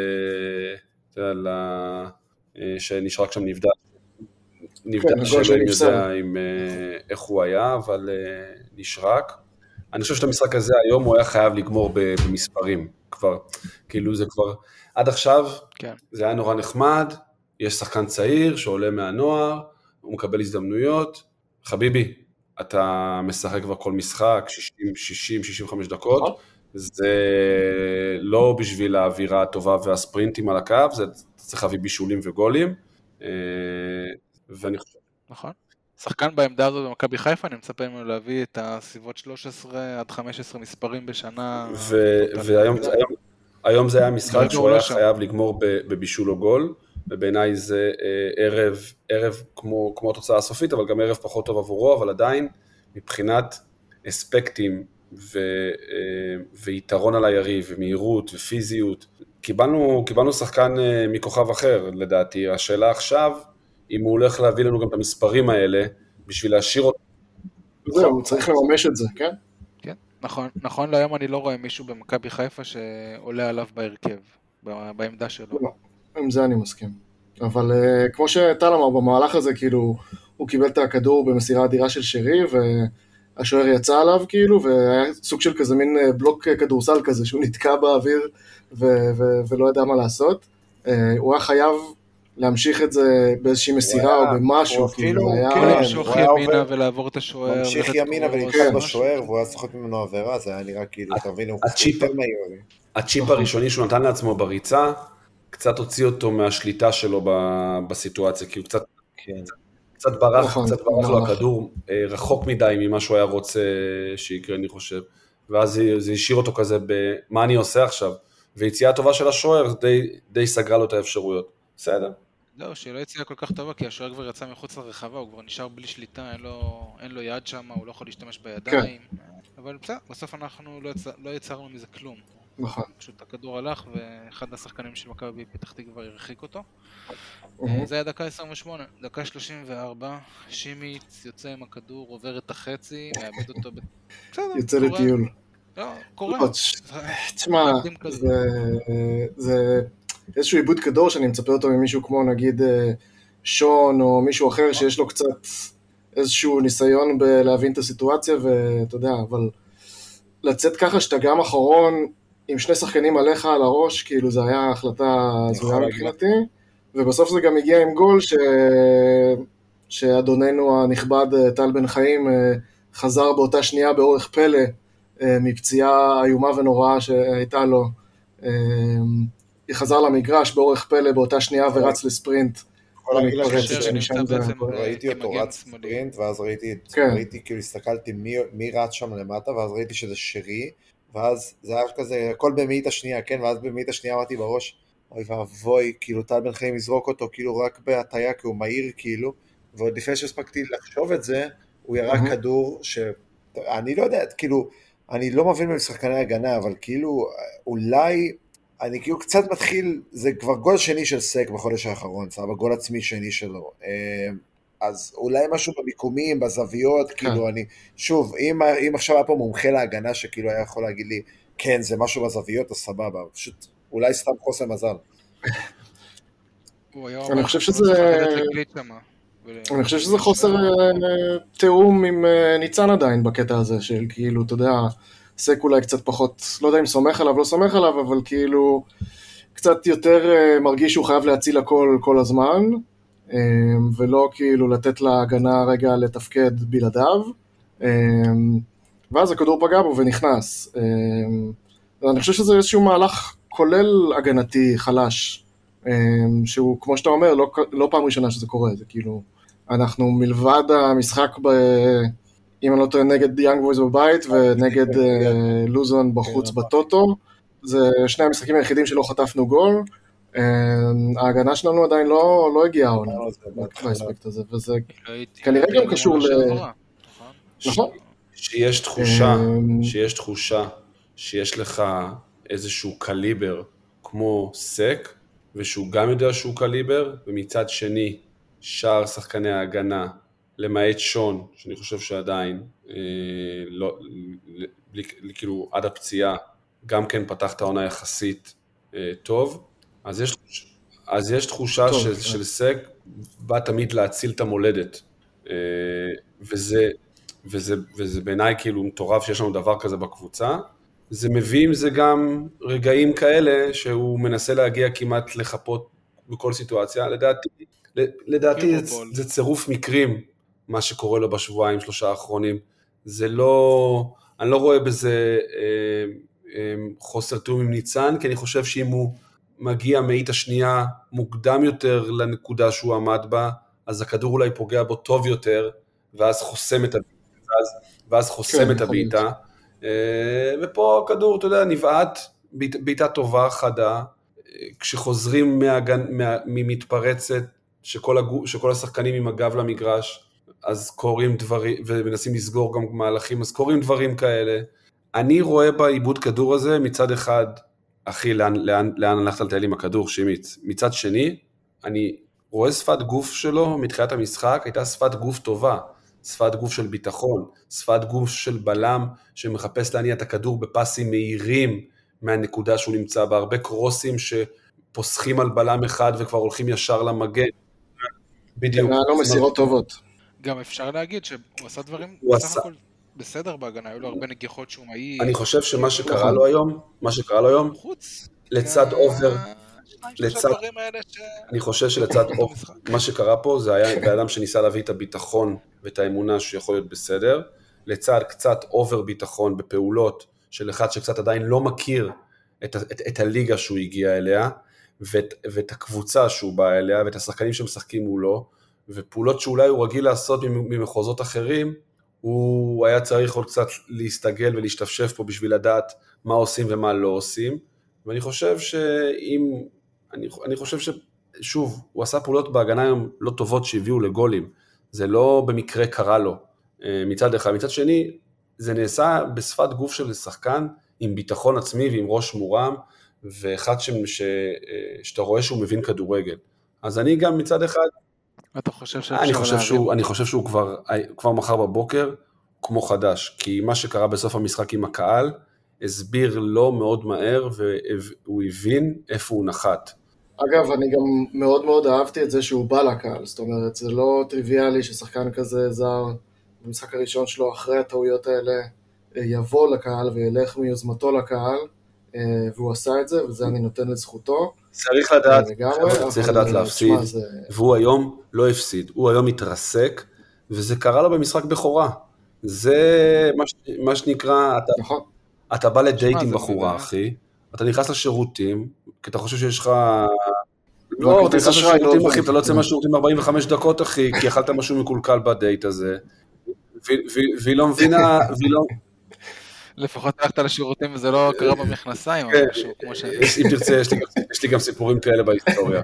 שנשרק שם נבדל שלא יודע איך הוא היה, אבל נשרק. אני חושב שאת המשחק הזה היום הוא היה חייב לגמור במספרים כבר, כאילו זה כבר, עד עכשיו זה היה נורא נחמד, יש שחקן צעיר שעולה מהנוער, הוא מקבל הזדמנויות, חביבי, אתה משחק כבר כל משחק, 60-65 דקות, זה לא בשביל האווירה הטובה והספרינטים על הקו, זה צריך להביא בישולים וגולים, ואני חושב... נכון. שחקן בעמדה הזאת במכבי חיפה, אני מצפה ממנו להביא את הסביבות 13 עד 15 מספרים בשנה. והיום זה היה משחק שהוא היה חייב לגמור בבישול או גול, ובעיניי זה ערב כמו התוצאה הסופית, אבל גם ערב פחות טוב עבורו, אבל עדיין מבחינת אספקטים ויתרון על היריב, ומהירות ופיזיות, קיבלנו שחקן מכוכב אחר לדעתי. השאלה עכשיו, אם הוא הולך להביא לנו גם את המספרים האלה, בשביל להשאיר אותו. זהו, הוא צריך לממש את זה, כן? כן, נכון להיום אני לא רואה מישהו במכבי חיפה שעולה עליו בהרכב, בעמדה שלו. עם זה אני מסכים. אבל כמו שטל אמר, במהלך הזה, כאילו, הוא קיבל את הכדור במסירה אדירה של שרי, והשוער יצא עליו כאילו, והיה סוג של כזה מין בלוק כדורסל כזה, שהוא נתקע באוויר ולא ידע מה לעשות. הוא היה חייב להמשיך את זה באיזושהי מסירה או במשהו, כאילו זה היה... או למשוך ימינה ולעבור את השוער. ממשיך ימינה ולהתקע בשוער, והוא היה שוחק ממנו עבירה, זה היה נראה כאילו, תבין, הוא יותר מהיר. הצ'יפ הראשוני שהוא נתן לעצמו בריצה, קצת הוציא אותו מהשליטה שלו בסיטואציה, כי הוא קצת ברח לו הכדור רחוק מדי ממה שהוא היה רוצה שיקרה, אני חושב. ואז זה השאיר אותו כזה במה אני עושה עכשיו, ויציאה טובה של השוער די סגרה לו את האפשרויות. בסדר. לא, שהיא לא יציאה כל כך טובה, כי השוער כבר יצא מחוץ לרחבה, הוא כבר נשאר בלי שליטה, אין לו יד שם, הוא לא יכול להשתמש בידיים. אבל בסדר, בסוף אנחנו לא יצרנו מזה כלום. נכון. פשוט הכדור הלך, ואחד השחקנים של מכבי פתח תקווה הרחיק אותו. זה היה דקה 28, דקה 34, שימיץ יוצא עם הכדור, עובר את החצי, מאבד אותו בסדר, יוצא לטיול. לא, קורה. תשמע, זה איזשהו עיבוד כדור שאני מצפה אותו ממישהו כמו נגיד שון או מישהו אחר שיש לו קצת איזשהו ניסיון בלהבין את הסיטואציה, ואתה יודע, אבל לצאת ככה שאתה גם אחרון עם שני שחקנים עליך על הראש, כאילו זה היה החלטה זויה מבחינתי, ובסוף זה גם הגיע עם גול שאדוננו הנכבד טל בן חיים חזר באותה שנייה באורך פלא מפציעה איומה ונוראה שהייתה לו, חזר למגרש באורך פלא באותה שנייה ורץ לספרינט. ראיתי אותו רץ ספרינט, ואז ראיתי, כאילו הסתכלתי מי רץ שם למטה, ואז ראיתי שזה שרי, ואז זה היה כזה, הכל במאית השנייה, כן, ואז במאית השנייה אמרתי בראש, אוי ואבוי, כאילו טל בן חיים יזרוק אותו, כאילו רק בהטיה, כי הוא מהיר, כאילו, ועוד לפני שהספקתי לחשוב את זה, הוא ירק כדור, שאני לא יודע, כאילו, אני לא מבין במשחקני הגנה, אבל כאילו, אולי, אני כאילו קצת מתחיל, זה כבר גול שני של סק בחודש האחרון, סבבה, גול עצמי שני שלו, אז אולי משהו במיקומים, בזוויות, כאילו אני, שוב, אם עכשיו היה פה מומחה להגנה, שכאילו היה יכול להגיד לי, כן, זה משהו בזוויות, אז סבבה, פשוט אולי סתם חוסר מזל. אני חושב שזה חוסר תיאום עם ניצן עדיין בקטע הזה, של כאילו, אתה יודע, סק אולי קצת פחות, לא יודע אם סומך עליו, לא סומך עליו, אבל כאילו, קצת יותר מרגיש שהוא חייב להציל הכל כל הזמן, ולא כאילו לתת להגנה רגע לתפקד בלעדיו, ואז הכדור פגע בו ונכנס. אני חושב שזה איזשהו מהלך כולל הגנתי חלש, שהוא כמו שאתה אומר, לא פעם ראשונה שזה קורה, זה כאילו, אנחנו מלבד המשחק אם אני לא טועה נגד יאנג בויז בבית ונגד לוזון בחוץ בטוטו, זה שני המשחקים היחידים שלא חטפנו גול, ההגנה שלנו עדיין לא הגיעה העונה באספקט הזה, וזה כנראה גם קשור נכון? שיש תחושה שיש לך איזשהו קליבר כמו סק, ושהוא גם יודע שהוא קליבר, ומצד שני שאר שחקני ההגנה, למעט שון, שאני חושב שעדיין, כאילו עד הפציעה, גם כן פתח את העונה יחסית טוב, אז יש תחושה של סק בא תמיד להציל את המולדת, וזה בעיניי כאילו מטורף שיש לנו דבר כזה בקבוצה, זה מביא עם זה גם רגעים כאלה שהוא מנסה להגיע כמעט לחפות בכל סיטואציה, לדעתי זה צירוף מקרים מה שקורה לו בשבועיים שלושה האחרונים, זה לא, אני לא רואה בזה חוסר תיאום עם ניצן, כי אני חושב שאם הוא מגיע מאית השנייה מוקדם יותר לנקודה שהוא עמד בה, אז הכדור אולי פוגע בו טוב יותר, ואז חוסם את הבעיטה, ופה הכדור, אתה יודע, נבעט, בעיטה טובה, חדה, כשחוזרים ממתפרצת, שכל השחקנים עם הגב למגרש, אז קוראים דברים, ומנסים לסגור גם מהלכים, אז קוראים דברים כאלה. אני רואה בעיבוד כדור הזה, מצד אחד, אחי, לאן הלכת לטייל עם הכדור, שימיץ. מצד שני, אני רואה שפת גוף שלו, מתחילת המשחק, הייתה שפת גוף טובה, שפת גוף של ביטחון, שפת גוף של בלם, שמחפש להניע את הכדור בפסים מהירים, מהנקודה שהוא נמצא בה, הרבה קרוסים שפוסחים על בלם אחד, וכבר הולכים ישר למגן. בדיוק. לא מסירות טובות. גם אפשר להגיד שהוא עשה דברים הוא בסך עשה- הכל בסדר בהגנה, היו לו הרבה נגיחות שהוא מעיף. אני חושב שמה שקרה לו היום, חוץ. לצד אובר, שניים שלושה לצד- דברים האלה אני חושב שלצד אותו משחק. מה שקרה פה זה היה בן אדם שניסה להביא את הביטחון ואת האמונה שהוא יכול להיות בסדר, לצד קצת אובר ביטחון בפעולות של אחד שקצת עדיין לא מכיר את הליגה שהוא הגיע אליה, ואת הקבוצה שהוא בא אליה, ואת השחקנים שמשחקים מולו, ופעולות שאולי הוא רגיל לעשות ממחוזות אחרים, הוא היה צריך עוד קצת להסתגל ולהשתפשף פה בשביל לדעת מה עושים ומה לא עושים, ואני חושב אני חושב ששוב, הוא עשה פעולות בהגנה היום לא טובות שהביאו לגולים, זה לא במקרה קרה לו, מצד אחד. מצד שני, זה נעשה בשפת גוף של שחקן, עם ביטחון עצמי ועם ראש מורם, ואחד שאתה רואה שהוא מבין כדורגל. אז אני גם מצד אחד, אתה חושב אני חושב שהוא כבר מחר בבוקר כמו חדש, כי מה שקרה בסוף המשחק עם הקהל, הסביר לו מאוד מהר, והוא הבין איפה הוא נחת. אגב, אני גם מאוד מאוד אהבתי את זה שהוא בא לקהל, זאת אומרת, זה לא טריוויאלי ששחקן כזה זר, במשחק הראשון שלו אחרי הטעויות האלה, יבוא לקהל וילך מיוזמתו לקהל, והוא עשה את זה, וזה אני נותן לזכותו. צריך לדעת להפסיד, והוא היום לא הפסיד, הוא היום התרסק, וזה קרה לו במשחק בכורה. זה מה שנקרא, אתה בא לדייט עם בחורה, אחי, אתה נכנס לשירותים, כי אתה חושב שיש לך... לא, אתה נכנס לשירותים, אחי, אתה לא יוצא מהשירותים 45 דקות, אחי, כי אכלת משהו מקולקל בדייט הזה, והיא לא מבינה, לפחות הלכת לשירותים וזה לא קרה במכנסיים, כמו ש... אם תרצה, יש לי גם סיפורים כאלה בהיסטוריה.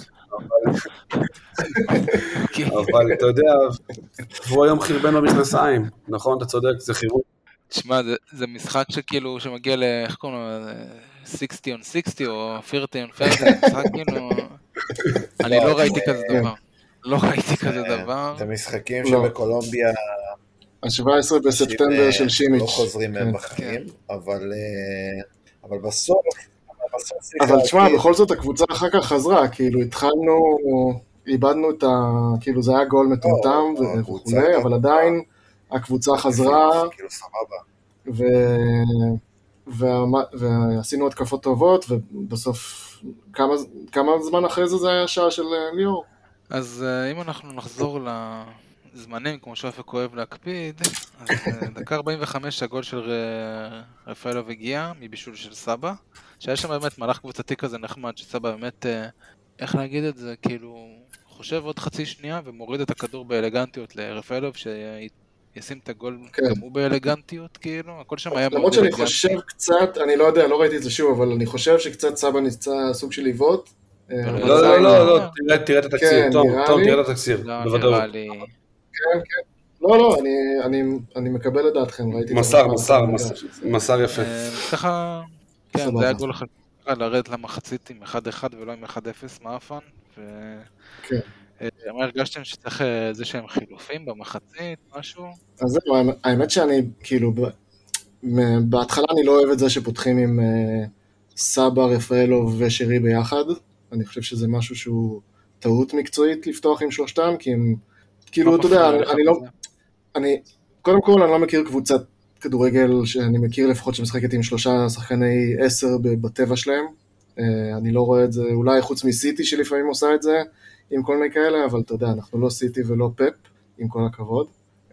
אבל אתה יודע, והוא היום חרבן במכנסיים, נכון? אתה צודק, זה חירוב. תשמע, זה משחק שכאילו, שמגיע איך קוראים לו, 60 on 60 או 30 on 30, משחק כאילו, אני לא ראיתי כזה דבר. לא ראיתי כזה דבר. את המשחקים שבקולומביה... ה-17 בספטמבר של שימיץ'. לא חוזרים מהם בחיים, אבל בסוף... אבל תשמע, בכל זאת הקבוצה אחר כך חזרה, כאילו התחלנו, איבדנו את ה... כאילו זה היה גול מטומטם וכולי, אבל עדיין הקבוצה חזרה, כאילו סבבה. ועשינו התקפות טובות, ובסוף, כמה זמן אחרי זה היה השעה של ליאור? אז אם אנחנו נחזור לזמנים, כמו שאופק אוהב להקפיד, אז דקה 45 הגול של רפאלוב הגיע, מבישול של סבא, שהיה שם באמת מהלך קבוצתי כזה נחמד, שסבא באמת, איך להגיד את זה, כאילו, חושב עוד חצי שנייה, ומוריד את הכדור באלגנטיות לרפאלוב, שישים את הגול גם הוא באלגנטיות, כאילו, הכל שם היה מאוד אלגנטי. למרות שאני חושב קצת, אני לא יודע, לא ראיתי את זה שוב, אבל אני חושב שקצת סבא ניסה סוג של עיוות. לא, תראה את התקציר, תום, תראה את התקציר, בוודאות. כן, כן. לא, אני מקבל את דעתכם, ראיתי את זה. מסר יפה. ככה, כן, זה היה גול אחד, לרדת למחצית עם 1-1 ולא עם 1-0 מאפן, כן. מה הרגשתם שצריך איזה שהם חילופים במחצית, משהו? אז זהו, האמת שאני, כאילו, בהתחלה אני לא אוהב את זה שפותחים עם סבא, רפאלוב ושרי ביחד, אני חושב שזה משהו שהוא טעות מקצועית לפתוח עם שלושתם, כי הם, כאילו, אתה יודע, קודם כל אני לא מכיר קבוצת כדורגל שאני מכיר לפחות שמשחקת עם 3 שחקני 10 בטבע שלהם, אני לא רואה את זה, אולי חוץ מסיטי שלפעמים עושה את זה, עם כל מיני כאלה, אבל אתה יודע, אנחנו לא סיטי ולא פפ, עם כל הכבוד.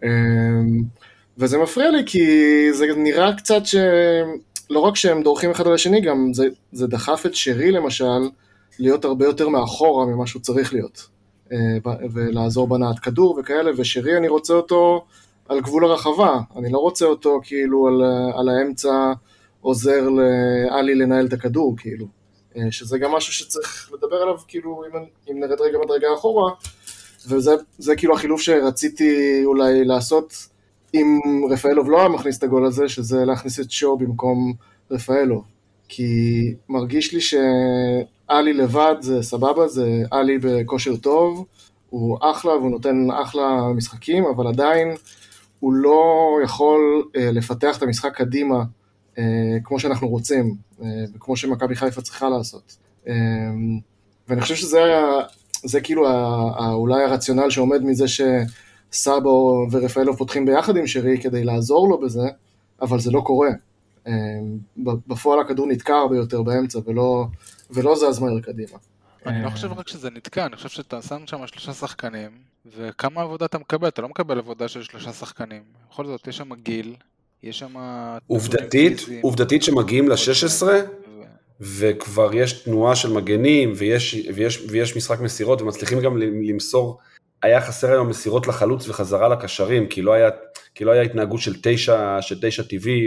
וזה מפריע לי, כי זה נראה קצת לא רק שהם דורכים אחד על השני, גם זה דחף את שרי למשל, להיות הרבה יותר מאחורה ממה שהוא צריך להיות, ולעזור בנעת כדור וכאלה, ושרי אני רוצה אותו על גבול הרחבה, אני לא רוצה אותו כאילו על האמצע עוזר לאלי לנהל את הכדור, כאילו. שזה גם משהו שצריך לדבר עליו, כאילו, אם נרד רגע מדרגה אחורה, וזה כאילו החילוף שרציתי אולי לעשות, אם רפאלוב לא מכניס את הגול הזה, שזה להכניס את שו במקום רפאלוב, כי מרגיש לי שאלי לבד זה סבבה, זה אלי בכושר טוב, הוא אחלה והוא נותן אחלה משחקים, אבל עדיין הוא לא יכול לפתח את המשחק קדימה, כמו שאנחנו רוצים, וכמו שמכבי חיפה צריכה לעשות. ואני חושב שזה כאילו אולי הרציונל שעומד מזה סאבו ורפאלוב פותחים ביחד עם שרי כדי לעזור לו בזה, אבל זה לא קורה. בפועל הכדור נתקע הרבה יותר באמצע, ולא זז מהר קדימה. אני לא חושב רק שזה נתקע, אני חושב שאתה שם שם 3 שחקנים, וכמה עבודה אתה מקבל? אתה לא מקבל עבודה של 3 שחקנים. בכל זאת, יש שם גיל, יש שם... עובדתית שמגיעים ל-16, וכבר יש תנועה של מגנים, ויש משחק מסירות, ומצליחים גם למסור, היה חסר היום מסירות לחלוץ וחזרה לקשרים, כי לא היה התנהגות של 9 טבעי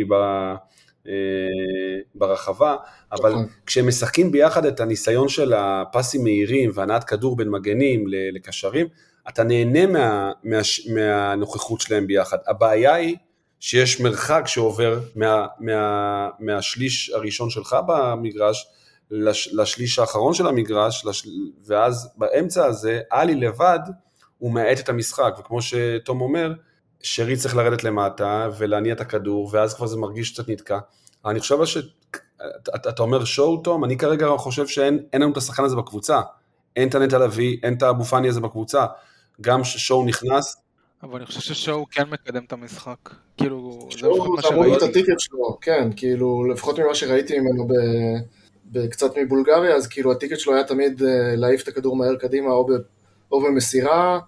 ברחבה, אבל כשהם משחקים ביחד את הניסיון של הפסים מהירים, והנעת כדור בין מגנים לקשרים, אתה נהנה מהנוכחות שלהם ביחד. הבעיה היא שיש מרחק שעובר מהשליש הראשון שלך במגרש, לשליש האחרון של המגרש, ואז באמצע הזה, אלי לבד, הוא מעט את המשחק, וכמו שתום אומר, שרי צריך לרדת למטה, ולהניע את הכדור, ואז כבר זה מרגיש קצת נתקע. אני חושב אתה אומר שואו, תום, אני כרגע חושב שאין לנו את השחקן הזה בקבוצה, אין את הנטע לביא, אין את האבו פאני הזה בקבוצה, גם ששואו נכנס, אבל אני חושב ששואו כן מקדם את המשחק, כאילו, זה שואו לפחות מה תמרו את שראיתי. הטיקט שלו, כן, כאילו, לפחות ממה שראיתי ממנו קצת מבולגריה, אז כאילו הטיקט שלו היה תמיד להעיף את הכדור מהר קדימה, או במסירה,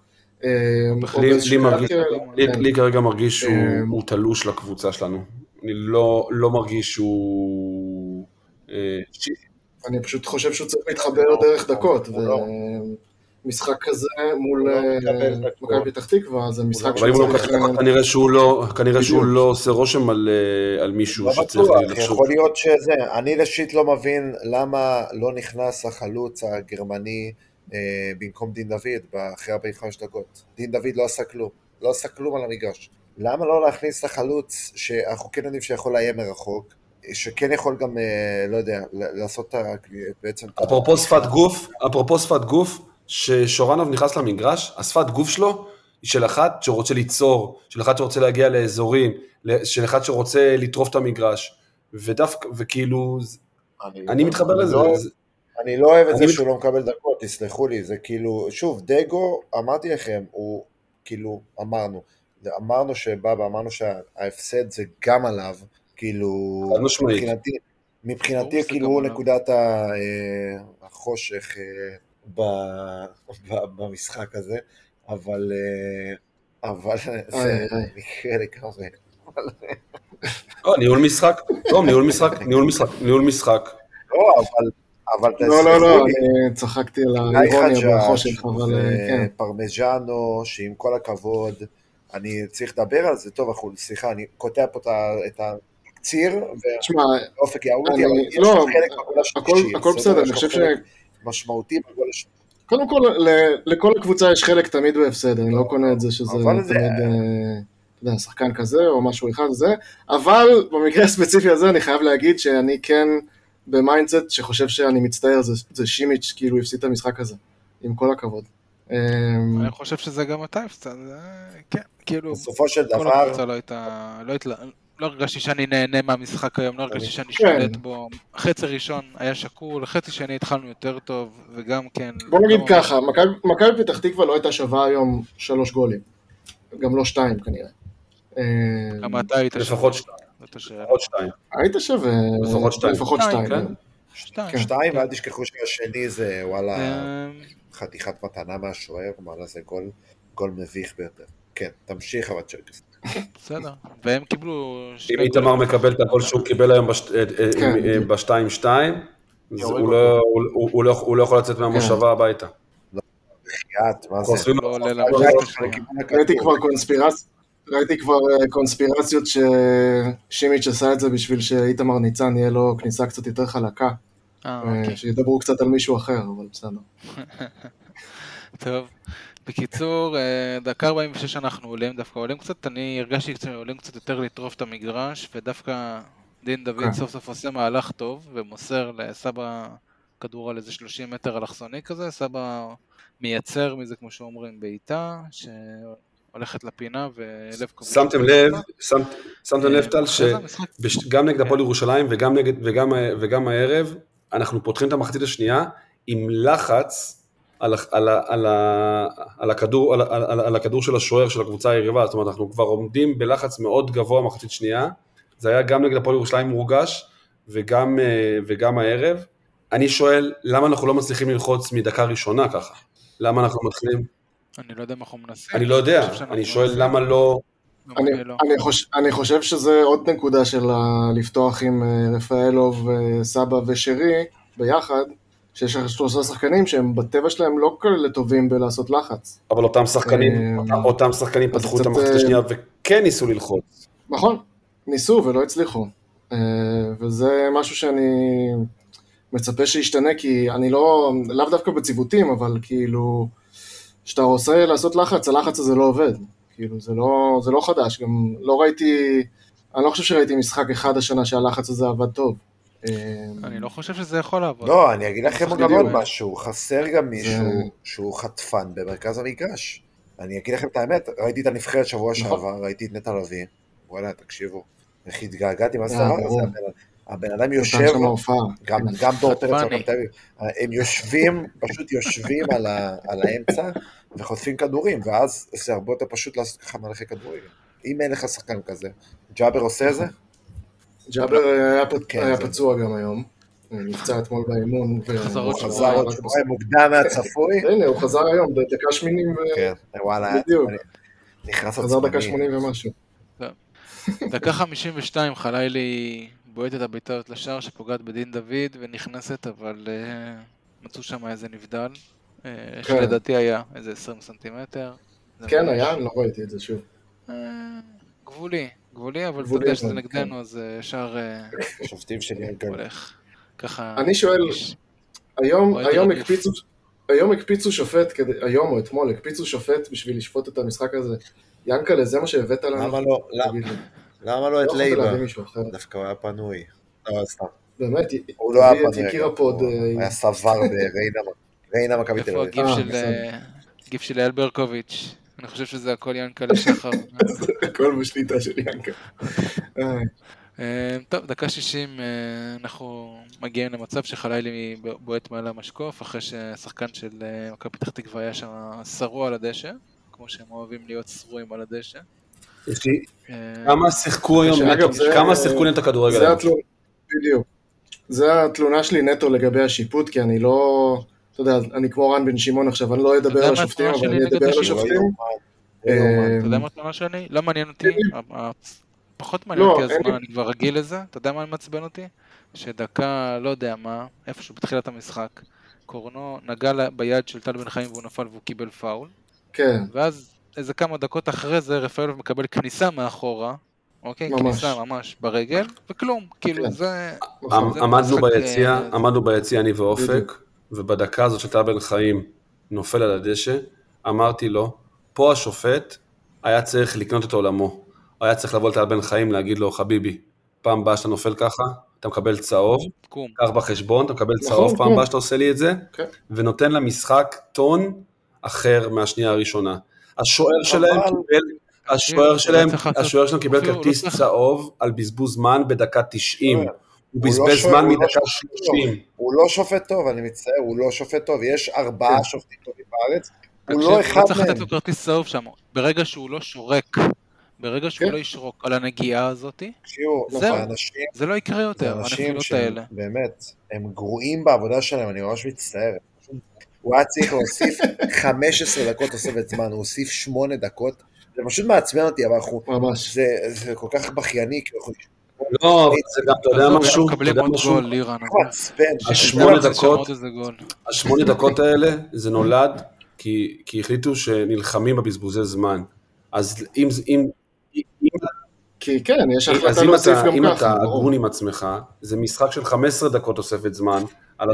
לי כרגע מרגיש שהוא תלוש לקבוצה שלנו, אני לא מרגיש שהוא... אני פשוט חושב שהוא צריך להתחבר דרך דקות, ומשחק כזה מול מכבי פתח תקווה, זה משחק כנראה שהוא לא עושה רושם על מישהו שצריך לחשוב. יכול להיות שזה, אני לשיט לא מבין למה לא נכנס החלוץ הגרמני במקום דין דוד אחרי 45 דקות. דין דוד לא עשה כלום על המגרש. למה לא להכניס את החלוץ שאנחנו כן יודעים שיכול לאיים מרחוק, שכן יכול גם, לא יודע, לעשות בעצם... אפרופו שפת גוף, ששורנוב נכנס למגרש, השפת גוף שלו היא של אחד שרוצה ליצור, של אחד שרוצה להגיע לאזורים, של אחד שרוצה לטרוף את המגרש, וכאילו, אני מתחבר לזה. אני לא אוהב את זה שהוא לא מקבל דקות, תסלחו לי, זה כאילו, שוב, דגו, אמרתי לכם, הוא כאילו, אמרנו שבאבא, אמרנו שההפסד זה גם עליו, כאילו, מבחינתי כאילו הוא נקודת החושך במשחק הזה, אבל זה מקרה לגמרי. ניהול משחק. לא, אני צחקתי על האירוניה בחושך, אבל כן. פרמז'אנו, שעם כל הכבוד, אני צריך לדבר על זה, טוב, סליחה, אני קוטע פה את הקציר, ואופק יעוד אותי, אבל יש חלק בגול השלישי. הכל בסדר, אני חושב משמעותי בגול השלישי. קודם כל, לכל הקבוצה יש חלק תמיד בהפסד, אני לא קונה את זה שזה תמיד שחקן כזה או משהו אחד זה, אבל במקרה הספציפי הזה אני חייב להגיד שאני כן במיינדסט שחושב שאני מצטער, זה שימיץ' כאילו הפסיד את המשחק הזה, עם כל הכבוד. אני חושב שזה גם אתה הפסד, כן, כאילו, בסופו של דבר, כל הקבוצה לא הרגשתי שאני נהנה מהמשחק היום, לא הרגשתי שאני שולט בו, חצי ראשון היה שקול, חצי שני התחלנו יותר טוב, וגם כן... בוא נגיד ככה, מכבי פתח תקווה לא הייתה שווה היום 3 גולים, גם לא 2 כנראה. גם אתה היית לפחות 2. היית שווה לפחות 2. 2, ואל תשכחו שהשני זה וואלה חתיכת מתנה מהשוער, וואלה זה גול מביך ביותר. כן, תמשיך אבל צ'רקס. בסדר, והם קיבלו... אם איתמר מקבל את הגול שהוא קיבל היום ב-2-2, הוא לא יכול לצאת מהמושבה הביתה. מה זה? ראיתי כבר קונספירציות ששימיץ' עשה את זה בשביל שאיתמר ניצן יהיה לו כניסה קצת יותר חלקה. שידברו קצת על מישהו אחר, אבל בסדר. טוב. בקיצור, דקה 46 אנחנו עולים קצת, אני הרגשתי שעולים קצת יותר לטרוף את המגרש, ודווקא דין דוד סוף סוף עושה מהלך טוב, ומוסר לסבא כדור על איזה 30 מטר אלכסוני כזה, סבא מייצר מזה כמו שאומרים בעיטה, שהולכת לפינה ולב כובש. שמתם לב טל, שגם נגד הפועל ירושלים וגם הערב, אנחנו פותחים את המחצית השנייה עם לחץ, על הכדור של השוער של הקבוצה היריבה, זאת אומרת, אנחנו כבר עומדים בלחץ מאוד גבוה מחצית שנייה, זה היה גם נגד הפועל ירושלים מורגש, וגם הערב. אני שואל, למה אנחנו לא מצליחים ללחוץ מדקה ראשונה ככה? למה אנחנו מתחילים? אני לא יודע מה אנחנו מנסים. אני לא יודע, אני שואל למה לא... אני חושב שזה עוד נקודה של לפתוח עם רפאלוב, סבא ושרי ביחד, שיש שלושה שחקנים שהם בטבע שלהם לא כאלה טובים בלעשות לחץ. אבל אותם שחקנים פתחו את המחצית השנייה וכן ניסו ללחוץ. נכון, ניסו ולא הצליחו. וזה משהו שאני מצפה שישתנה, כי אני לאו דווקא בציוותים, אבל כאילו, שאתה רוצה לעשות לחץ, הלחץ הזה לא עובד. כאילו, זה לא חדש, גם לא ראיתי, אני לא חושב שראיתי משחק אחד השנה שהלחץ הזה עבד טוב. אני לא חושב שזה יכול לעבוד. לא, אני אגיד לכם גם עוד משהו, חסר גם מישהו שהוא חטפן במרכז המגרש. אני אגיד לכם את האמת, ראיתי את הנבחרת שבוע שעבר, ראיתי את נטע לביא, וואלה, תקשיבו, איך התגעגעתי מה זה דבר הזה, הבן אדם יושב, גם דור פרץ, הם יושבים, פשוט יושבים על האמצע, וחוטפים כדורים, ואז זה הרבה יותר פשוט לעשות ככה מהלכי כדורים. אם אין לך שחקן כזה, ג'אבר עושה זה? ג'אבר היה פצוע גם היום, נפצע אתמול באימון, הוא חזר עוד שבועיים מוקדם מהצפוי. הנה, הוא חזר היום, דקה 80 כן, וואלה, נכנס חזר דקה 80 ומשהו. דקה 52 חלילי בועט את הביתות לשער שפוגעת בדין דוד ונכנסת, אבל מצאו שם איזה נבדל, שלדעתי היה איזה 20 סנטימטר. כן, היה, אני לא ראיתי את זה שוב. גבולי, אבל אתה יודע שזה נגדנו, אז שער שופטים שלי הולך. ככה... אני שואל, היום הקפיצו שופט, היום או אתמול הקפיצו שופט בשביל לשפוט את המשחק הזה. ינקלה, זה מה שהבאת לנו? למה לא את לייבה? דווקא הוא היה פנוי. לא, סתם. באמת, הוא לא היה פנוי. הוא היה סבר בריינה מכבי תל אביב. איפה הגיף של אייל ברקוביץ'? אני חושב שזה הכל ינקלה שחר. הכל בשליטה של ינקלה. טוב, דקה 60 אנחנו מגיעים למצב שחלילי בועט מעל המשקוף, אחרי ששחקן של מכבי פתח תקווה היה שם שרוע על הדשא, כמו שהם אוהבים להיות שרועים על הדשא. כמה שיחקו היום, כמה שיחקו את הכדורגל? בדיוק. זה התלונה שלי נטו לגבי השיפוט, כי אני לא, אתה יודע, אני כמו רן בן שמעון עכשיו, אני לא אדבר על השופטים, אבל אני אדבר על השופטים. אתה יודע מה התלונה שלי? לא מעניין אותי, פחות מעניין אותי הזמן, אני כבר רגיל לזה, אתה יודע מה מעצבן אותי? שדקה, לא יודע מה, איפשהו בתחילת המשחק, קורנו נגע ביד של טל בן חיים והוא נפל והוא קיבל פאול. כן. ואז איזה כמה דקות אחרי זה רפאלוב מקבל כניסה מאחורה, אוקיי? כניסה ממש ברגל, וכלום, כאילו זה... עמדנו ביציע אני ואופק, ובדקה הזאת של טל בן חיים נופל על הדשא, אמרתי לו, פה השופט היה צריך לקנות את עולמו, היה צריך לבוא לטל בן חיים להגיד לו, חביבי, פעם באה שאתה נופל ככה, אתה מקבל צהוב, קח בחשבון, אתה מקבל צהוב, פעם באה שאתה עושה לי את זה, ונותן למשחק טון אחר מהשנייה הראשונה. השוער שלהם קיבל כרטיס צהוב על בזבוז זמן בדקה 90, הוא בזבז זמן מדקה 30. הוא לא שופט טוב, אני מצטער, הוא לא שופט טוב, יש 4 שופטים טובים בארץ, הוא לא אחד מהם. צריך לתת לו כרטיס צהוב שם, ברגע שהוא לא שורק, ברגע שהוא לא ישרוק על הנגיעה הזאת, זה לא יקרה יותר, הנפילות האלה. באמת, הם גרועים בעבודה שלהם, אני ממש מצטער. הוא היה צריך להוסיף 15 דקות תוספת זמן, הוא הוסיף 8 דקות, זה פשוט מעצבן אותי, אבל זה כל כך בכייני, לא, זה גם, אתה יודע משהו, ה8 דקות האלה, זה נולד, כי החליטו שנלחמים בבזבוזי זמן, אז אם אתה הגון עם עצמך, זה משחק של 15 דקות תוספת זמן, על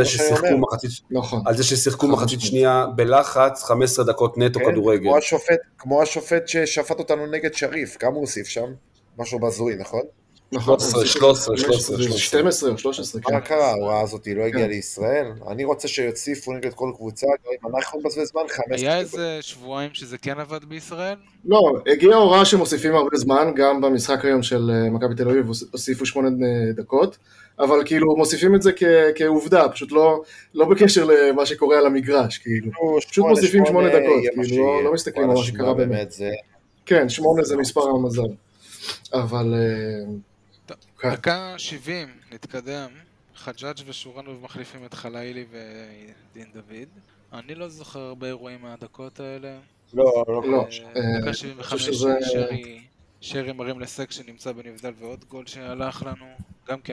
זה ששיחקו מחצית שנייה בלחץ, 15 דקות נטו כדורגל. כמו השופט ששפט אותנו נגד שריף, כמה הוא הוסיף שם? משהו בזוי, נכון? נכון, 13. 12 או 13, כן. מה קרה? ההוראה הזאת לא הגיעה לישראל? אני רוצה שיוסיפו נגד כל קבוצה, גם אם אנחנו בזבז זמן 15. היה איזה שבועיים שזה כן עבד בישראל? לא, הגיעה הוראה שמוסיפים הרבה זמן, גם במשחק היום של מכבי תל אביב הוסיפו 8 דקות, אבל כאילו מוסיפים את זה כעובדה, פשוט לא בקשר למה שקורה על המגרש, כאילו. פשוט מוסיפים 8 דקות, כאילו לא מסתכלים על מה שקרה באמת. כן, 8 זה מספר המזל. אבל... דקה 70, נתקדם. חג'אג' ושורנוב מחליפים את חלילי ודין דוד. אני לא זוכר הרבה אירועים מהדקות האלה. לא. דקה 75, שרי מרים לסק שנמצא בנבדל ועוד גול שהלך לנו. גם כן.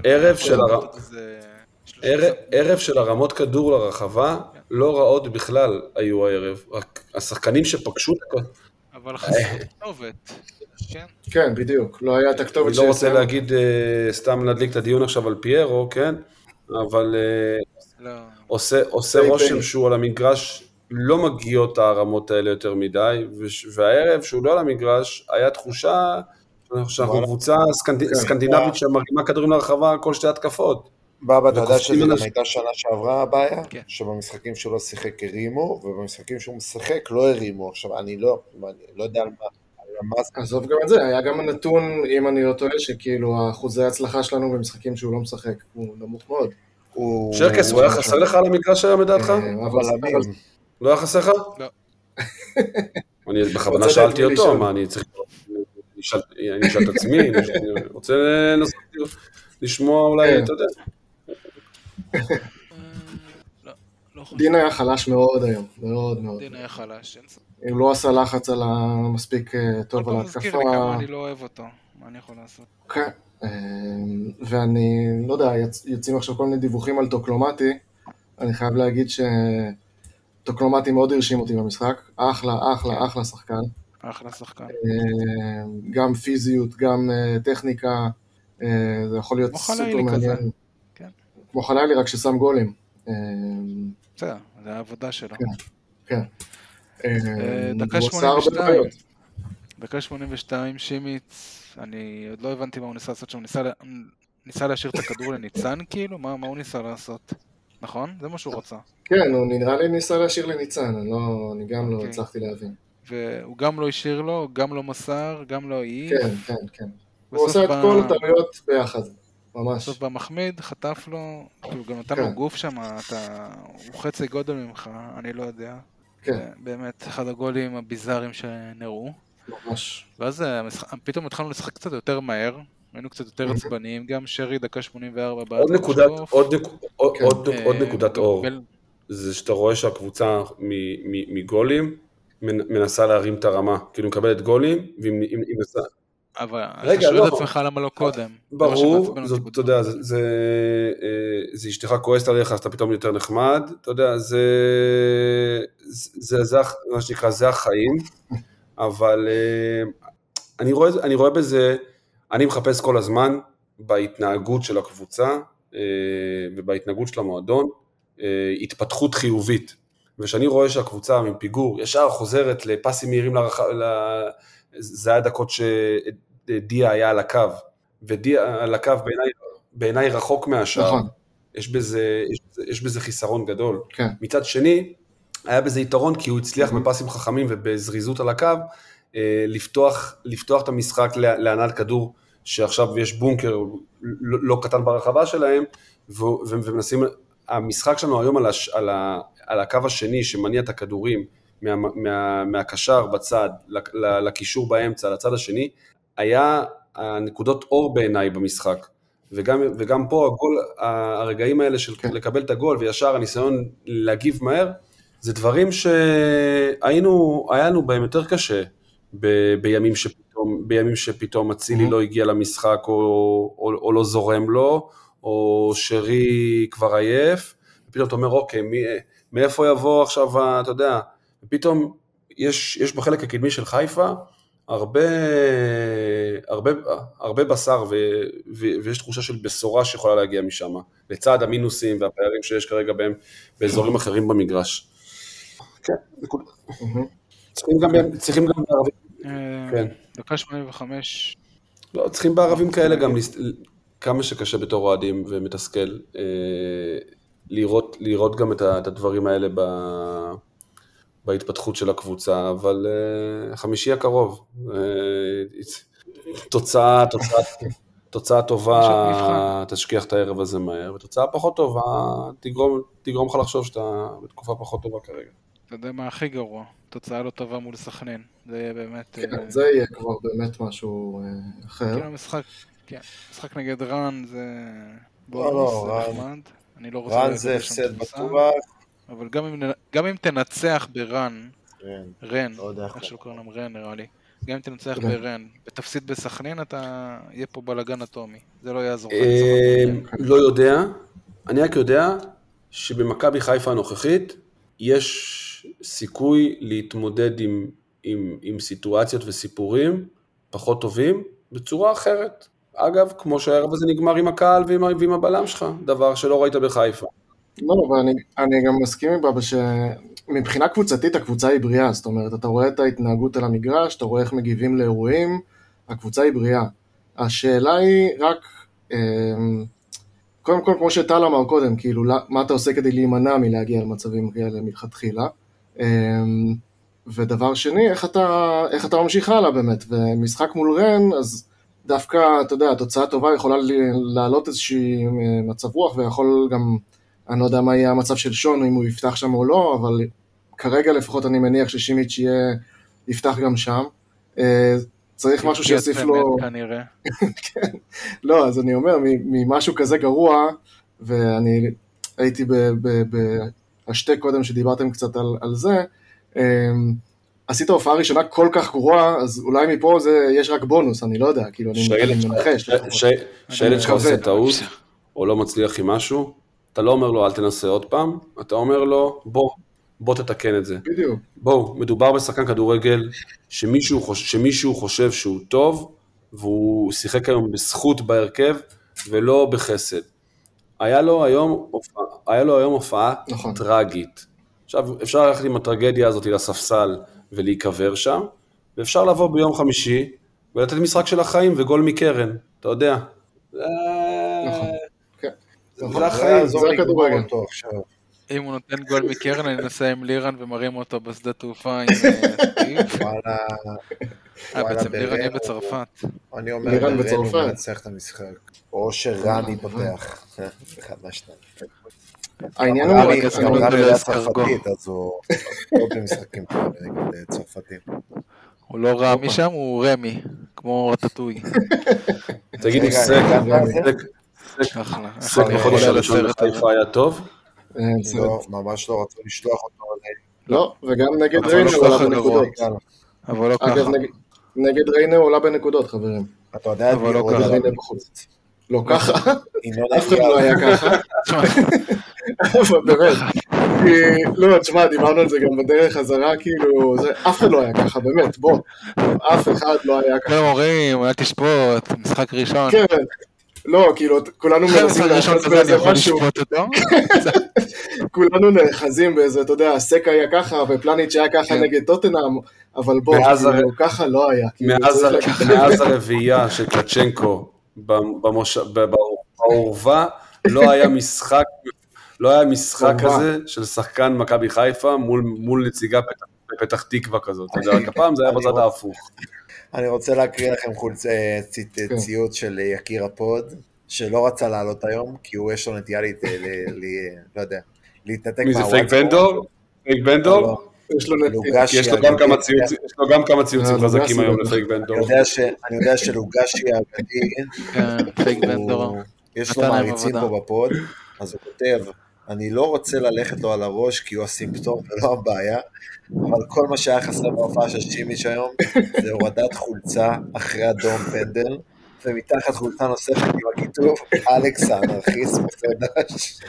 ערב של הרמות כדור לרחבה, לא רעות בכלל היו הערב. רק השחקנים שפגשו את הכל. אבל חסר כתובת. כן, בדיוק. לא היה את הכתובת אני לא רוצה להגיד, סתם להדליק את הדיון עכשיו על פיירו, כן? אבל עושה רושם שהוא על המגרש, לא מגיעות הרמות האלה יותר מדי, והערב שהוא לא על המגרש, היה תחושה שאנחנו קבוצה סקנדינבית שמרימה כדורים לרחבה כל שתי התקפות. בבא, אתה יודע שזה גם הייתה שנה שעברה הבעיה? שבמשחקים שהוא לא שיחק הרימו, ובמשחקים שהוא משחק לא הרימו. עכשיו, אני לא יודע על מה. עזוב גם את זה, היה גם הנתון, אם אני לא טועה, שכאילו אחוזי ההצלחה שלנו במשחקים שהוא לא משחק, הוא נמוך מאוד. שרקס, הוא היה חסר לך על המגרש היום לדעתך? לא היה חסר לך? לא. אני בכוונה שאלתי אותו, מה אני צריך... אני אשאל את עצמי, אני רוצה לשמוע אולי, אתה יודע. דין היה חלש מאוד היום, מאוד מאוד. דין היה חלש, אין ספק. הוא לא עשה לחץ על המספיק טוב על ההתקפה. מזכיר לי כמה אני לא אוהב אותו, מה אני יכול לעשות? כן, ואני לא יודע, יוצאים עכשיו כל מיני דיווחים על טוקלומטי, אני חייב להגיד שטוקלומטי מאוד הרשים אותי במשחק, אחלה שחקן. אחלה שחקן. גם פיזיות, גם טכניקה, זה יכול להיות סופר מעניין. כמו חלילי, רק ששם גולים. זה העבודה שלו. כן. דקה 82, שימיץ, אני עוד לא הבנתי מה הוא ניסה לעשות שם, ניסה להשאיר את הכדור לניצן כאילו? מה הוא ניסה לעשות? נכון? זה מה שהוא רצה. כן, הוא נראה לי ניסה להשאיר לניצן, אני גם לא הצלחתי להבין. והוא גם לא השאיר לו, גם לא מסר, גם לא העיף. כן. הוא עושה את כל הטעויות ביחד, ממש. בסוף במחמיד, חטף לו, כאילו גם נתן לו גוף שם, הוא חצי גודל ממך, אני לא יודע. באמת, אחד הגולים הביזאריים שנראו. ממש. ואז פתאום התחלנו לשחק קצת יותר מהר, היינו קצת יותר עצבניים, גם שרי דקה 84. עוד נקודת אור, זה שאתה רואה שהקבוצה מגולים מנסה להרים את הרמה, כאילו מקבלת גולים, והיא מנסה... אבל אתה שואל את עצמך למה לא קודם. ברור, אתה יודע, זה אשתך כועסת עליך, אז אתה פתאום יותר נחמד, אתה יודע, זה מה שנקרא, זה החיים, אבל אני רואה בזה, אני מחפש כל הזמן בהתנהגות של הקבוצה, ובהתנהגות של המועדון, התפתחות חיובית, ושאני רואה שהקבוצה מפיגור, ישר חוזרת לפסים מהירים זה היה דקות שדיה היה על הקו, ודיה על הקו בעיניי רחוק מהשאר, נכון. יש בזה חיסרון גדול. כן. מצד שני, היה בזה יתרון, כי הוא הצליח בפסים חכמים ובזריזות על הקו, לפתוח את המשחק לענת כדור, שעכשיו יש בונקר לא קטן ברחבה שלהם, ומנסים, המשחק שלנו היום על הקו השני, שמניע את הכדורים, מהקשר בצד, לקישור באמצע, לצד השני, היה הנקודות אור בעיניי במשחק, וגם פה הרגעים האלה של לקבל את הגול, וישר הניסיון להגיב מהר, זה דברים היה לנו בהם יותר קשה, בימים שפתאום אצילי לא הגיע למשחק, או לא זורם לו, או שרי כבר עייף, ופתאום אתה אומר, אוקיי, מאיפה יבוא עכשיו, אתה יודע, ופתאום יש בחלק הקדמי של חיפה הרבה בשר, ויש תחושה של בשורה שיכולה להגיע משם, לצד המינוסים והפערים שיש כרגע בהם באזורים אחרים במגרש. כן, צריכים גם בערבים. דקה 85, לא, צריכים בערבים כאלה גם, כמה שקשה בתור אוהדים ומתסכל, לראות גם את הדברים האלה בהתפתחות של הקבוצה, אבל חמישי הקרוב, תוצאה טובה תשכיח את הערב הזה מהר, ותוצאה פחות טובה תגרום לך לחשוב שאתה בתקופה פחות טובה כרגע. אתה יודע מה הכי גרוע? תוצאה לא טובה מול סכנין. זה יהיה באמת... כן, זה יהיה כבר באמת משהו אחר. כאילו משחק נגד רן זה... בונוס, זה נחמד. אני לא רוצה... רן זה הפסד בטוח. אבל גם אם תנצח ברן, רן, איך שלא קוראים להם רן נראה לי, גם אם תנצח ברן, ותפסיד בסכנין, אתה יהיה פה בלגן אטומי. זה לא יעזור. לא יודע. אני רק יודע שבמכבי חיפה הנוכחית, יש סיכוי להתמודד עם סיטואציות וסיפורים פחות טובים בצורה אחרת. אגב, כמו שהערב הזה נגמר עם הקהל ועם הבלם שלך, דבר שלא ראית בחיפה. לא, אבל אני גם מסכים עם בבא שמבחינה קבוצתית הקבוצה היא בריאה, זאת אומרת, אתה רואה את ההתנהגות על המגרש, אתה רואה איך מגיבים לאירועים, הקבוצה היא בריאה. השאלה היא רק, קודם כל, כמו שטל אמר קודם, כאילו, מה אתה עושה כדי להימנע מלהגיע למצבים כאלה מלכתחילה, ודבר שני, איך אתה ממשיך הלאה באמת, ומשחק מול רן, אז דווקא, אתה יודע, התוצאה טובה יכולה לעלות איזושהי מצב רוח, ויכול גם, אני לא יודע מה יהיה המצב של שון, אם הוא יפתח שם או לא, אבל כרגע לפחות אני מניח ששימיץ' יפתח גם שם. צריך משהו שיוסיף לו... כנראה. כן. לא, אז אני אומר, ממשהו כזה גרוע, ואני הייתי בשתי קודם שדיברתם קצת על זה, עשית הופעה ראשונה כל כך גרועה, אז אולי מפה יש רק בונוס, אני לא יודע, כאילו אני מנחש. שילד שלך עושה טעות, או לא מצליח עם משהו, אתה לא אומר לו אל תנסה עוד פעם, אתה אומר לו בוא תתקן את זה. בדיוק. בואו, מדובר בשחקן כדורגל, שמישהו חושב שהוא טוב, והוא שיחק היום בזכות בהרכב, ולא בחסד. היה לו היום הופעה טרגית. עכשיו, אפשר ללכת עם הטרגדיה הזאת לספסל ולהיקבר שם, ואפשר לבוא ביום חמישי ולתת משחק של החיים וגול מקרן, אתה יודע. נכון. זה החיים, זה הכדורגל. אם הוא נותן גול מקרן, אני אנסה עם לירן ומרים אותו בשדה תעופה עם סטיב. בעצם לירן יהיה בצרפת. אני אומר, לירן מנצח את המשחק. או שרני פותח. אחד מהשניים. העניין הוא גם רני היה צרפתית, אז הוא לא במשחקים כאלה נגד צרפתים. הוא לא רע משם, הוא רמי, כמו רטטוי. תגידי, סק בחודש הראשון לחיפה היה טוב? לא, ממש לא רצו לשלוח אותו. לא, וגם נגד ריינה הוא עולה בנקודות. אבל לא ככה. אגב, נגד ריינה הוא עולה בנקודות, חברים. אתה יודע, אבל לא ככה. לא ככה? אף אחד לא היה ככה. באמת. לא, תשמע, דיברנו על זה גם בדרך חזרה, כאילו, אף אחד לא היה ככה, באמת, בוא. אף אחד לא היה ככה. לא מורים, אולי תשפוט, משחק ראשון. כן, לא, כאילו, כולנו מנסים להחז באיזה משהו. כולנו נאחזים באיזה, אתה יודע, סק היה ככה, ופלניץ' היה ככה נגד טוטנהאם, אבל בוא, כאילו, ככה לא היה. מאז הרביעייה של צ'צ'נקו בעורבה, לא היה משחק כזה של שחקן מכבי חיפה מול נציגה בפתח תקווה כזאת. הפעם זה היה בצד ההפוך. אני רוצה להקריא לכם ציוט של יקיר הפוד, שלא רצה לעלות היום, כי הוא יש לו נטייה לא יודע, להתנתק מי זה פייק בנדור? פייק בנדור? יש לו גם כמה ציוצים חזקים היום לפייק בנדור. אני יודע שלוגשי האגדי, יש לו מעריצים פה בפוד, אז הוא כותב, אני לא רוצה ללכת לו על הראש כי הוא הסימפטום ולא הבעיה, אבל כל מה שהיה חסר בהופעה של שימיץ' היום זה הורדת חולצה אחרי אדום פנדל, ומתחת חולצה נוספת עם הכיתוב אלכס האנרכיסט מחדש.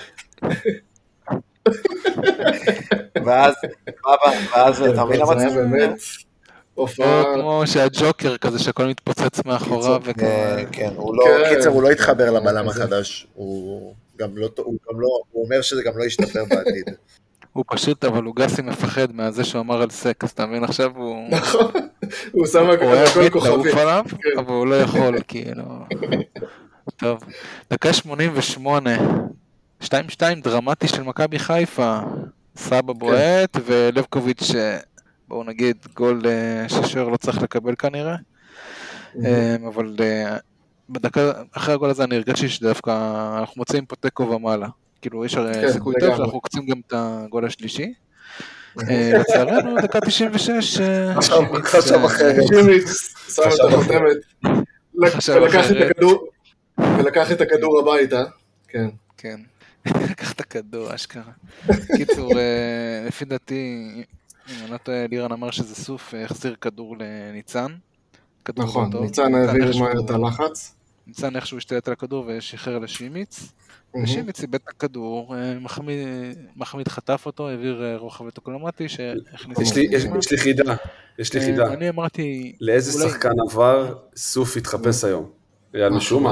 ואז תמיד המצב באמת כמו שהג'וקר כזה שהכל מתפוצץ מאחוריו. כן, הוא לא התחבר לבלם החדש, הוא אומר שזה גם לא ישתפר בעתיד. הוא פשוט, אבל הוא גסי מפחד מהזה שהוא אמר על סק, אז אתה מבין, עכשיו הוא... נכון, הוא שם הוא היה הכל מת כוכבים. לעוף עליו, אבל הוא לא יכול, כאילו... טוב, דקה 88, 2-2 דרמטי של מכבי חיפה, סבא בועט ולבקוביץ', בואו נגיד, גול ששוער לא צריך לקבל כנראה, אבל בדקה, אחרי הגול הזה אני הרגשתי שדווקא אנחנו מוצאים פה תיקו ומעלה, כאילו יש סיכוי טוב שאנחנו קוצים גם את הגול השלישי, לצערנו דקה 96, חשב אחרת, שימיץ שם את החותמת, ולקח את הכדור הביתה, כן. כן, לקח את הכדור, אשכרה. קיצור, לפי דעתי, אם אני לא טועה, לירן אמר שזה סוף, החזיר כדור לניצן. נכון, ניצן העביר מהר את הלחץ. ניצן איכשהו השתלט על הכדור ושחרר לשימיץ. ושימיץ איבד את הכדור, מחמיד חטף אותו, העביר רוחב אוטוקלומטי שהכניס... יש לי חידה. אני אמרתי... לאיזה שחקן עבר סוף התחפש היום? היה משום מה?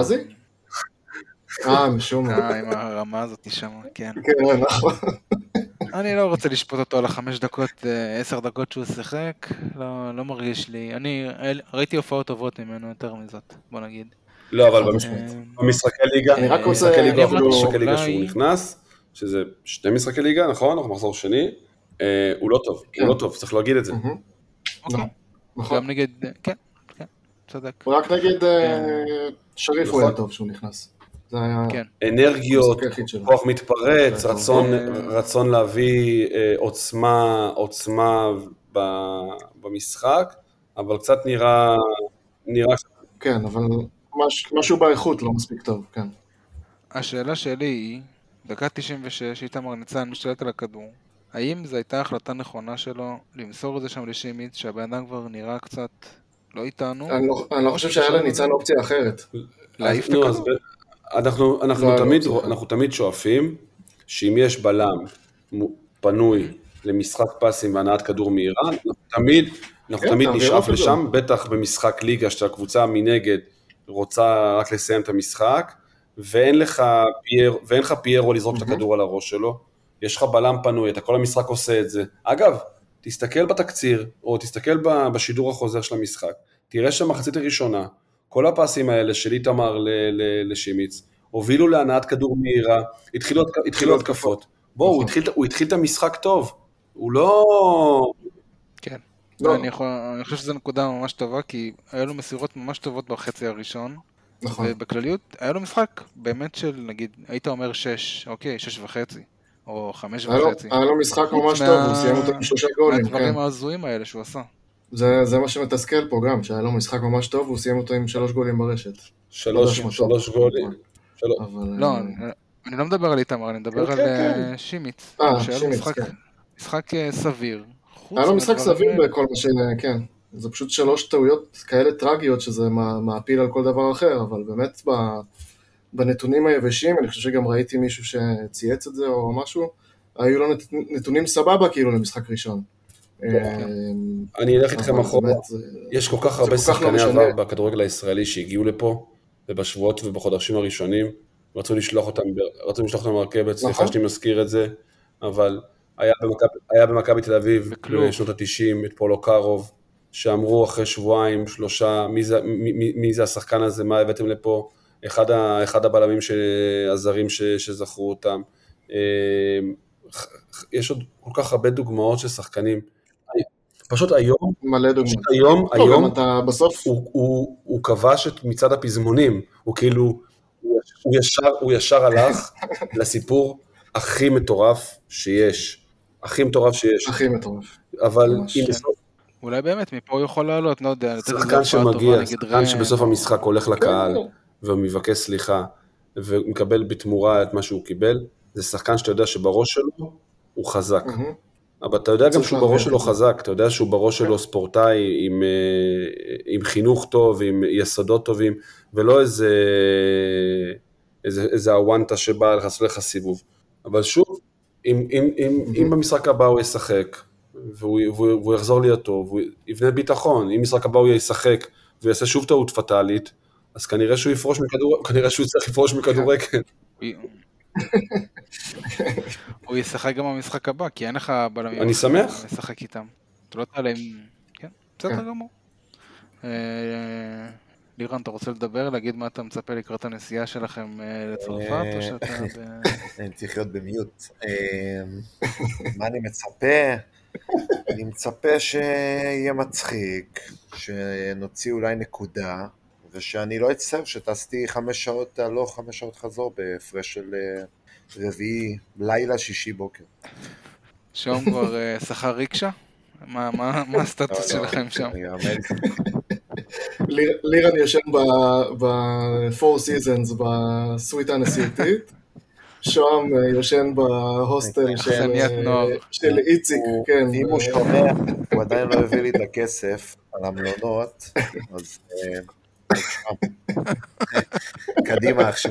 משום מה. עם הרמה הזאת שם, כן. כן, נכון. אני לא רוצה לשפוט אותו על 5 דקות, 10 דקות שהוא שיחק, לא מרגיש לי. אני ראיתי הופעות טובות ממנו יותר מזאת, בוא נגיד. לא, אבל במשחקי ליגה שהוא נכנס, שזה 2 משחקי ליגה, נכון? אנחנו מחזור שני, הוא לא טוב, צריך להגיד את זה. נכון. גם נגד, כן, צודק. רק נגד שריף הוא היה טוב שהוא נכנס. אנרגיות, כוח מתפרץ, רצון להביא עוצמה במשחק, אבל קצת נראה... כן, אבל משהו באיכות לא מספיק טוב, כן. השאלה שלי היא, דקה 96, איתמר ניצן משתלט על הכדור, האם זו הייתה החלטה נכונה שלו למסור את זה שם לשימיץ, שהבן אדם כבר נראה קצת לא איתנו? אני לא חושב שהיה לניצן אופציה אחרת. להעיף את הכדור? אנחנו תמיד שואפים שאם יש בלם פנוי למשחק פסים והנעת כדור מהירה, אנחנו תמיד נשאף לשם, בטח במשחק ליגה שהקבוצה מנגד רוצה רק לסיים את המשחק, ואין לך פיירו לזרוק את הכדור על הראש שלו, יש לך בלם פנוי, אתה כל המשחק עושה את זה. אגב, תסתכל בתקציר, או תסתכל בשידור החוזר של המשחק, תראה שהמחצית הראשונה, כל הפסים האלה של איתמר לשימיץ, הובילו להנעת כדור מהירה, התחילו התקפות. בואו, הוא התחיל את המשחק טוב. הוא לא... כן. אני חושב שזו נקודה ממש טובה, כי היה לו מסירות ממש טובות בחצי הראשון. נכון. ובכלליות, היה לו משחק באמת של, נגיד, היית אומר 6, אוקיי, 6.5, או 5.5. היה לו משחק ממש טוב, הוא סיים אותו עם 3 גולים. מהדברים ההזויים האלה שהוא עשה. זה מה שמתסכל פה גם, שהיה לו משחק ממש טוב, והוא סיים אותו עם 3 גולים ברשת. 3 גולים. לא, אני לא מדבר על איתמר, אני מדבר על שימיץ. שהיה לו משחק סביר. היה לו משחק סביר בכל מה ש... כן. זה פשוט 3 טעויות כאלה טרגיות, שזה מעפיל על כל דבר אחר, אבל באמת בנתונים היבשים, אני חושב שגם ראיתי מישהו שצייץ את זה או משהו, היו לו נתונים סבבה כאילו למשחק ראשון. אני אלך איתכם אחורה, יש כל כך הרבה שחקני עבר בכדורגל הישראלי שהגיעו לפה, ובשבועות ובחודשים הראשונים, רצו לשלוח אותם ברכבת, סליחה שאני מזכיר את זה, אבל היה במכבי תל אביב בשנות ה-90 את פולו קרוב, שאמרו אחרי 2-3, מי זה השחקן הזה, מה הבאתם לפה, אחד הבלמים הזרים שזכרו אותם. יש עוד כל כך הרבה דוגמאות של שחקנים. פשוט היום, מלא דוגמאות. היום הוא כבש את מצד הפזמונים, הוא כאילו, הוא ישר הלך לסיפור הכי מטורף שיש. הכי מטורף. אבל אולי באמת, מפה הוא יכול לעלות, לא יודע. שחקן שמגיע, שחקן שבסוף המשחק הולך לקהל, ומבקש סליחה, ומקבל בתמורה את מה שהוא קיבל, זה שחקן שאתה יודע שבראש שלו הוא חזק. אבל אתה יודע גם שהוא בראש שלו חזק, אתה יודע שהוא בראש שלו ספורטאי, עם חינוך טוב, עם יסודות טובים, ולא איזה הוואנטה שבא לעשות לך סיבוב. אבל שוב, אם במשחק הבא הוא ישחק, והוא יחזור להיות טוב, הוא יבנה ביטחון, אם משחק הבא הוא ישחק, ויעשה שוב טעות פטלית, אז כנראה שהוא יפרוש מכדורגל, כנראה שהוא צריך לפרוש מכדורגל. הוא ישחק גם במשחק הבא, כי אין לך בלמים. אני שמח. לשחק איתם. אתה לא תעלה עם... כן, בסדר גמור. לירן, אתה רוצה לדבר? להגיד מה אתה מצפה לקראת הנסיעה שלכם לצרפת, או שאתה... אני צריך להיות במיוט. מה אני מצפה? אני מצפה שיהיה מצחיק, שנוציא אולי נקודה, ושאני לא אצטער שטסתי 5 שעות הלוך, 5 שעות חזור בהפרש של רביעי, לילה, שישי בוקר. שום כבר שכר ריקשה? מה הסטטוס שלכם שם? לירן יושן ב-4 Seasons בסוויטה הנשיאותית, שוהם יושן בהוסטל של איציק, כן. אם הוא שומע, הוא עדיין לא הביא לי את הכסף על המלונות, אז קדימה עכשיו.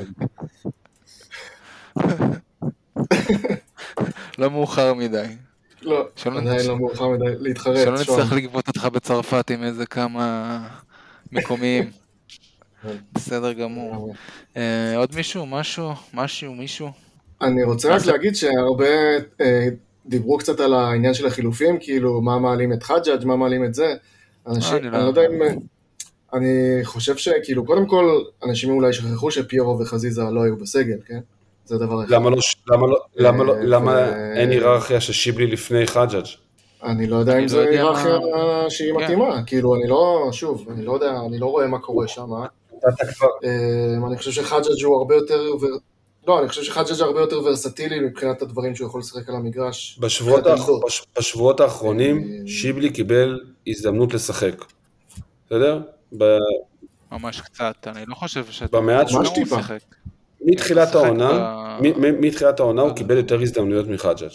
לא מאוחר מדי. לא, עדיין לא מאוחר מדי להתחרט. שלא נצטרך לגבות אותך בצרפת עם איזה כמה מקומיים. בסדר גמור. עוד מישהו? מישהו? אני רוצה רק להגיד שהרבה דיברו קצת על העניין של החילופים, כאילו מה מעלים את חג'אג', מה מעלים את זה. אני לא יודע אם... אני חושב שכאילו, קודם כל, אנשים אולי שכחו שפיירו וחזיזה לא היו בסגל, כן? זה דבר אחד. למה אין היררכיה ששיבלי לפני חג'אג'? אני לא יודע אם זה היררכיה שהיא מתאימה, כאילו אני לא, שוב, אני לא יודע, אני לא רואה מה קורה שם. אני חושב שחג'אג' הוא הרבה יותר, לא, אני חושב שחג'אג' הרבה יותר ורסטילי מבחינת הדברים שהוא יכול לשחק על המגרש. בשבועות האחרונים שיבלי קיבל הזדמנות לשחק. בסדר? ממש קצת, אני לא חושב במעט שהוא משחק. מתחילת העונה הוא קיבל יותר הזדמנויות מחג'אג'.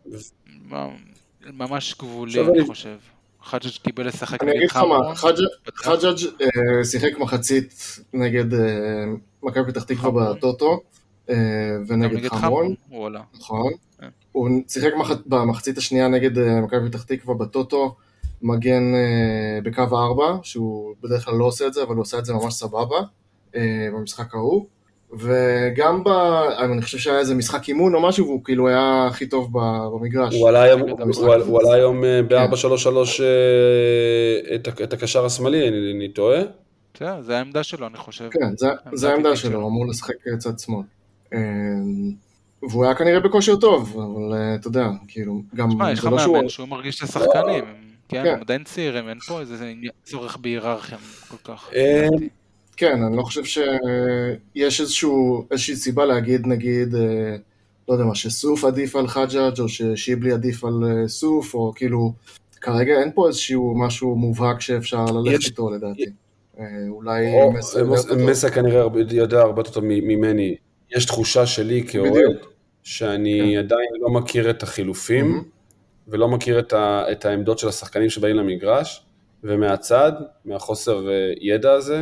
ממש גבולי, אני חושב. חג'אג' קיבל לשחק נגד חמון. חג'אג' שיחק מחצית נגד מכבי פתח תקווה בטוטו, ונגד חמון. נכון. הוא שיחק במחצית השנייה נגד מכבי פתח תקווה בטוטו, מגן בקו 4, שהוא בדרך כלל לא עושה את זה, אבל הוא עושה את זה ממש סבבה במשחק ההוא. וגם אני חושב שהיה איזה משחק אימון או משהו, והוא כאילו היה הכי טוב במגרש. הוא עלה היום ב-4-3-3 את הקשר השמאלי, אני טועה? זה העמדה שלו, אני חושב. כן, זה העמדה שלו, הוא אמור לשחק צד שמאל. והוא היה כנראה בכושר טוב, אבל אתה יודע, כאילו, גם... תשמע, יש לך מאמן שהוא מרגיש לשחקנים, כן, הם עדיין צעירים, אין פה איזה צורך בהיררכיה כל כך. כן, אני לא חושב שיש איזושהי סיבה להגיד, נגיד, לא יודע מה, שסוף עדיף על חג'אג' או ששיבלי עדיף על סוף, או כאילו, כרגע אין פה איזשהו משהו מובהק שאפשר ללכת איתו לדעתי. אולי מסע כנראה יודע הרבה יותר ממני. יש תחושה שלי כאוהד, שאני עדיין לא מכיר את החילופים, ולא מכיר את העמדות של השחקנים שבאים למגרש, ומהצד, מהחוסר ידע הזה,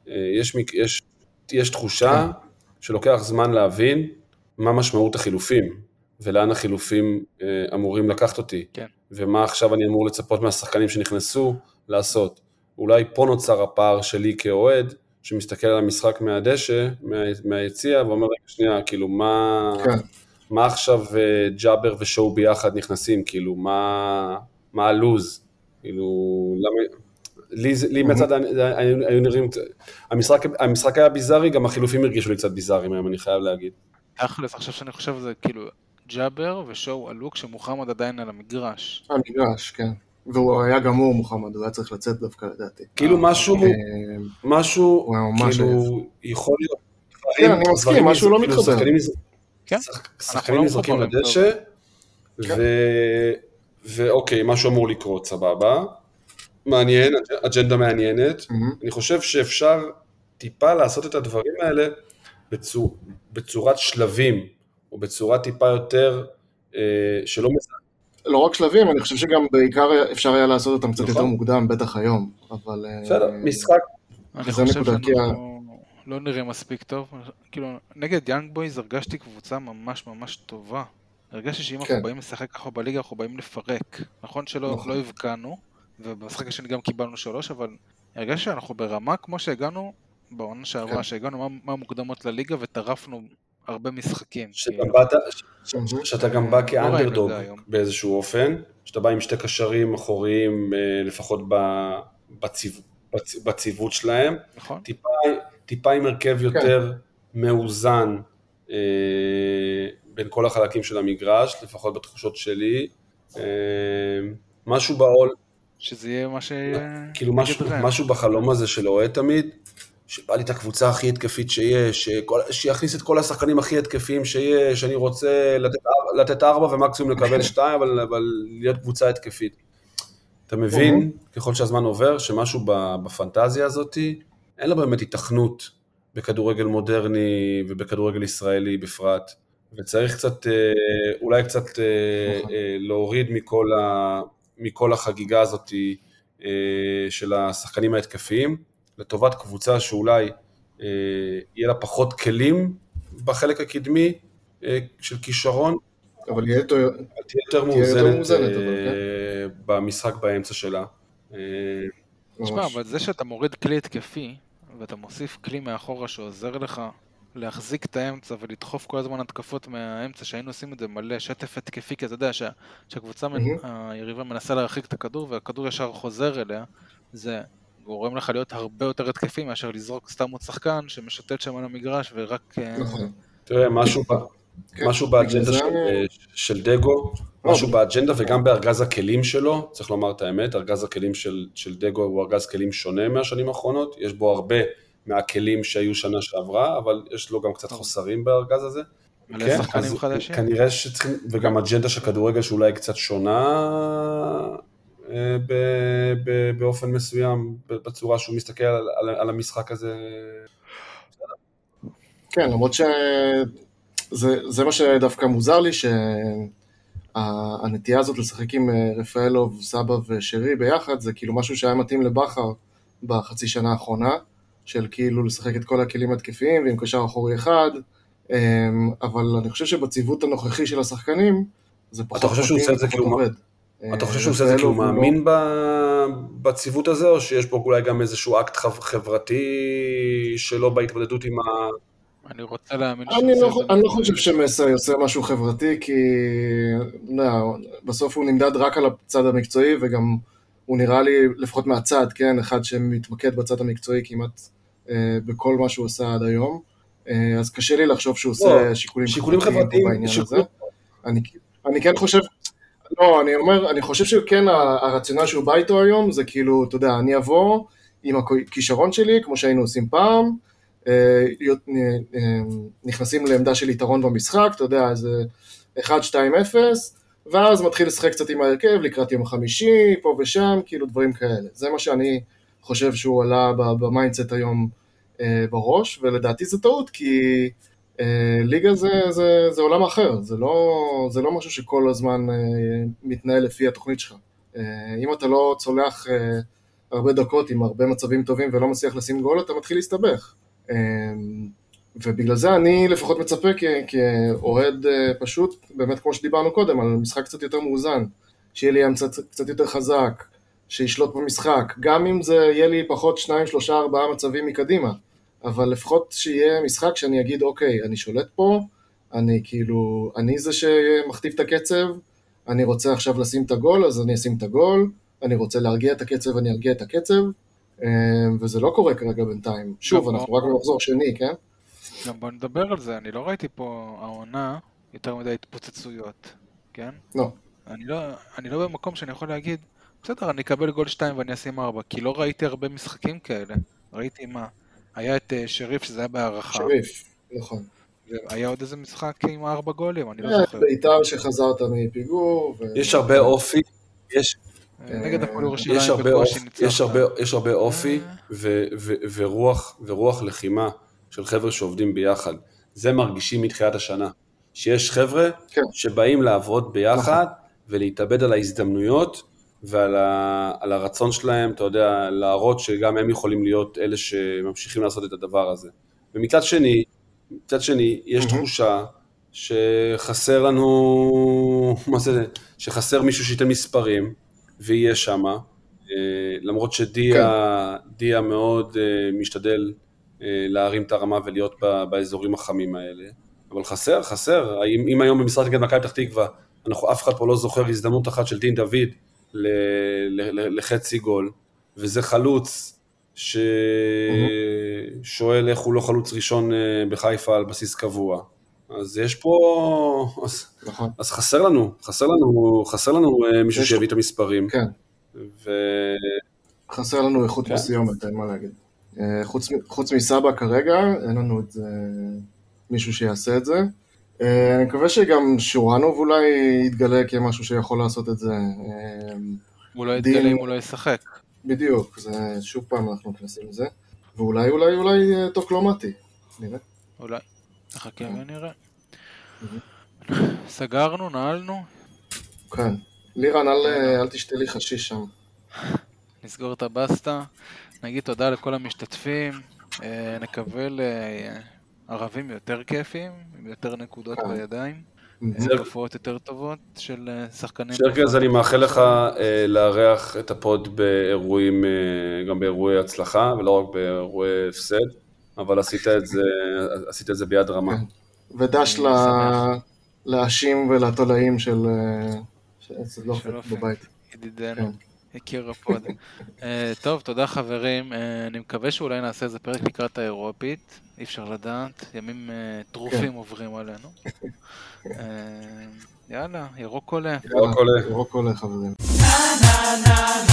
יש תחושה שלוקח זמן להבין מה משמעות החילופים, ולאן החילופים אמורים לקחת אותי, ומה עכשיו אני אמור לצפות מהשחקנים שנכנסו לעשות. אולי פה נוצר הפער שלי כאוהד, שמסתכל על המשחק מהדשא, מהיציאה, ואומר רגע שנייה, כאילו מה עכשיו ג'אבר ושואו ביחד נכנסים, כאילו מה הלוז, כאילו למה... לי מצד, היו נראים, המשחק היה ביזארי, גם החילופים הרגישו לי קצת ביזאריים היום, אני חייב להגיד. תכלס, עכשיו שאני חושב זה כאילו ג'אבר ושואו עלו כשמוחמד עדיין על המגרש. המגרש, כן. והוא היה גמור מוחמד, הוא היה צריך לצאת דווקא לדעתי. כאילו משהו, כאילו יכול להיות. כן, אני מסכים, משהו לא מתחבר. שחקנים נזרקים לדשא, ואוקיי, משהו אמור לקרות, סבבה. מעניין, אג'נדה מעניינת. אני חושב שאפשר טיפה לעשות את הדברים האלה בצורת שלבים, או בצורה טיפה יותר שלא מזהה. לא רק שלבים, אני חושב שגם בעיקר אפשר היה לעשות אותם קצת יותר מוקדם, בטח היום, אבל... בסדר, משחק. אני חושב שאנחנו לא נראה מספיק טוב. כאילו, נגד יאנג בויז הרגשתי קבוצה ממש ממש טובה. הרגשתי שאם אנחנו באים לשחק ככה בליגה, אנחנו באים לפרק. נכון שלא הבקענו, ובמשחק השני גם קיבלנו 3, אבל הרגשתי שאנחנו ברמה כמו שהגענו, בעונה שעברה, שהגענו מהמוקדמות לליגה וטרפנו הרבה משחקים. שאתה גם בא כאנדרדוג ראינו את זה באיזשהו אופן, שאתה בא עם שתי קשרים אחוריים, לפחות בציוות שלהם, נכון. טיפה עם הרכב יותר מאוזן בין כל החלקים של המגרש, לפחות בתחושות שלי, משהו בעול, שזה יהיה מה שיהיה... כאילו משהו בחלום הזה של אוהד תמיד, שבא לי את הקבוצה הכי התקפית שיש, שיכניס את כל השחקנים הכי התקפיים שיש, שאני רוצה לתת 4 ומקסימום לקבל 2, אבל להיות קבוצה התקפית. אתה מבין, ככל שהזמן עובר, שמשהו בפנטזיה הזאת, אין לה באמת התכנות בכדורגל מודרני ובכדורגל ישראלי בפרט, וצריך קצת, אולי קצת להוריד מכל החגיגה הזאת של השחקנים ההתקפיים, לטובת קבוצה שאולי יהיה לה פחות כלים בחלק הקדמי של כישרון, אבל תהיה יותר מאוזנת במשחק באמצע שלה. תשמע, אבל זה שאתה מוריד כלי התקפי, ואתה מוסיף כלי מאחורה שעוזר לך להחזיק את האמצע ולדחוף כל הזמן התקפות מהאמצע, שהיינו עושים את זה מלא, שטף התקפי, כי אתה יודע שהקבוצה היריבה מנסה להרחיק את הכדור, והכדור ישר חוזר אליה, זה גורם לך להיות הרבה יותר התקפי מאשר לזרוק סתם עוד שחקן שמשוטט שם על המגרש ורק... תראה, משהו באג'נדה של דגו, משהו באג'נדה וגם בארגז הכלים שלו, צריך לומר את האמת, ארגז הכלים של דגו הוא ארגז כלים שונה מהשנים האחרונות, יש בו הרבה מהכלים שהיו שנה שעברה, אבל יש לו גם קצת חוסרים בארגז הזה. מלא שחקנים חדשים. כנראה שצריכים, וגם אג'נדה של כדורגל שאולי קצת שונה באופן מסוים, בצורה שהוא מסתכל על המשחק הזה. כן, למרות שזה מה שדווקא מוזר לי, שהנטייה הזאת לשחק עם רפאלוב, סבא ושרי ביחד, זה כאילו משהו שהיה מתאים לבחר בחצי שנה האחרונה, של כאילו לשחק את כל הכלים התקפיים ועם קשר אחורי אחד, אבל אני חושב שבציוות הנוכחי של השחקנים, זה פחות מתאים ופחות עובד. אתה חושב שהוא עושה את זה כי הוא מאמין בציוות הזה, או שיש פה אולי גם איזשהו אקט חברתי שלא בהתמודדות עם ה... אני רוצה להאמין אני לא חושב שמסי עושה משהו חברתי, כי בסוף הוא נמדד רק על הצד המקצועי, וגם הוא נראה לי, לפחות מהצד, כן, אחד שמתמקד בצד המקצועי כמעט בכל מה שהוא עושה עד היום, אז קשה לי לחשוב שהוא עושה שיקולים חברתיים בעניין הזה. אני כן חושב, לא, אני חושב שכן הרציונל שהוא בא איתו היום, זה כאילו, אתה יודע, אני אבוא עם הכישרון שלי, כמו שהיינו עושים פעם, נכנסים לעמדה של יתרון במשחק, אתה יודע, זה 1-2-0, ואז מתחיל לשחק קצת עם ההרכב, לקראת יום חמישי, פה ושם, כאילו דברים כאלה. זה מה שאני חושב שהוא עלה במיינדסט היום בראש, ולדעתי זה טעות, כי ליגה זה עולם אחר, זה לא משהו שכל הזמן מתנהל לפי התוכנית שלך. אם אתה לא צולח הרבה דקות עם הרבה מצבים טובים ולא מצליח לשים גול, אתה מתחיל להסתבך. ובגלל זה אני לפחות מצפה כאוהד פשוט, באמת כמו שדיברנו קודם, על משחק קצת יותר מאוזן, שיהיה לי קצת יותר חזק, שישלוט במשחק, גם אם זה יהיה לי פחות 2, 3, 4 מצבים מקדימה, אבל לפחות שיהיה משחק שאני אגיד, אוקיי, אני שולט פה, אני זה שמכתיב את הקצב, אני רוצה עכשיו לשים את הגול, אז אני אשים את הגול, אני רוצה להרגיע את הקצב, אני ארגיע את הקצב, וזה לא קורה כרגע בינתיים. שוב, אנחנו רק במחזור שני, כן? גם בוא נדבר על זה, אני לא ראיתי פה העונה יותר מדי התפוצצויות, כן? לא. אני לא במקום שאני יכול להגיד, בסדר, אני אקבל גול 2 ואני אשים 4, כי לא ראיתי הרבה משחקים כאלה. ראיתי מה? היה את שריף שזה היה בהערכה. שריף, נכון. היה עוד איזה משחק עם 4 גולים, אני לא זוכר. בית"ר שחזרת מפיגור. יש הרבה אופי, נגד הפועל ירושלים בקושי ניצחת. יש הרבה אופי ורוח לחימה של חבר'ה שעובדים ביחד. זה מרגישים מתחילת השנה. שיש חבר'ה שבאים לעבוד ביחד ולהתאבד על ההזדמנויות ועל הרצון שלהם, אתה יודע, להראות שגם הם יכולים להיות אלה שממשיכים לעשות את הדבר הזה. ומצד שני, יש תחושה שחסר לנו, מה זה, שחסר מישהו שייתן מספרים, ויהיה שמה, למרות שדיה מאוד משתדל להרים את הרמה ולהיות באזורים החמים האלה. אבל חסר. אם היום במשחק נגד מכבי פתח תקווה, אף אחד פה לא זוכר הזדמנות אחת של דין דוד לחצי גול, וזה חלוץ ששואל איך הוא לא חלוץ ראשון בחיפה על בסיס קבוע. אז יש פה, אז חסר לנו מישהו שיביא את המספרים. כן. חסר לנו איכות מסוימת, אין מה להגיד. חוץ מסבא כרגע, אין לנו את זה, מישהו שיעשה את זה. אני מקווה שגם שורנוב אולי יתגלה כמשהו שיכול לעשות את זה. הוא לא יתגלה אם הוא לא ישחק. בדיוק, זה שוב פעם אנחנו נכנסים לזה. ואולי טוקלומטי, נראה. אולי, נחכה ונראה. סגרנו, נעלנו. כן. לירן, אל תשתה לי חשיש שם. נסגור את הבסטה. נגיד תודה לכל המשתתפים. נקווה לערבים יותר כיפים, עם יותר נקודות בידיים. תופעות יותר טובות של שחקנים. שרקז, אני מאחל לך לארח את הפוד באירועים, גם באירועי הצלחה, ולא רק באירועי הפסד, אבל עשית את זה ביד רמה. ודש לאשים ולתולעים של אופק בבית. ידידנו, הכיר הפוד. טוב, תודה חברים. אני מקווה שאולי נעשה איזה פרק לקראת האירופית. אי אפשר לדעת, ימים טרופים עוברים עלינו. יאללה, ירוק עולה. ירוק עולה חברים.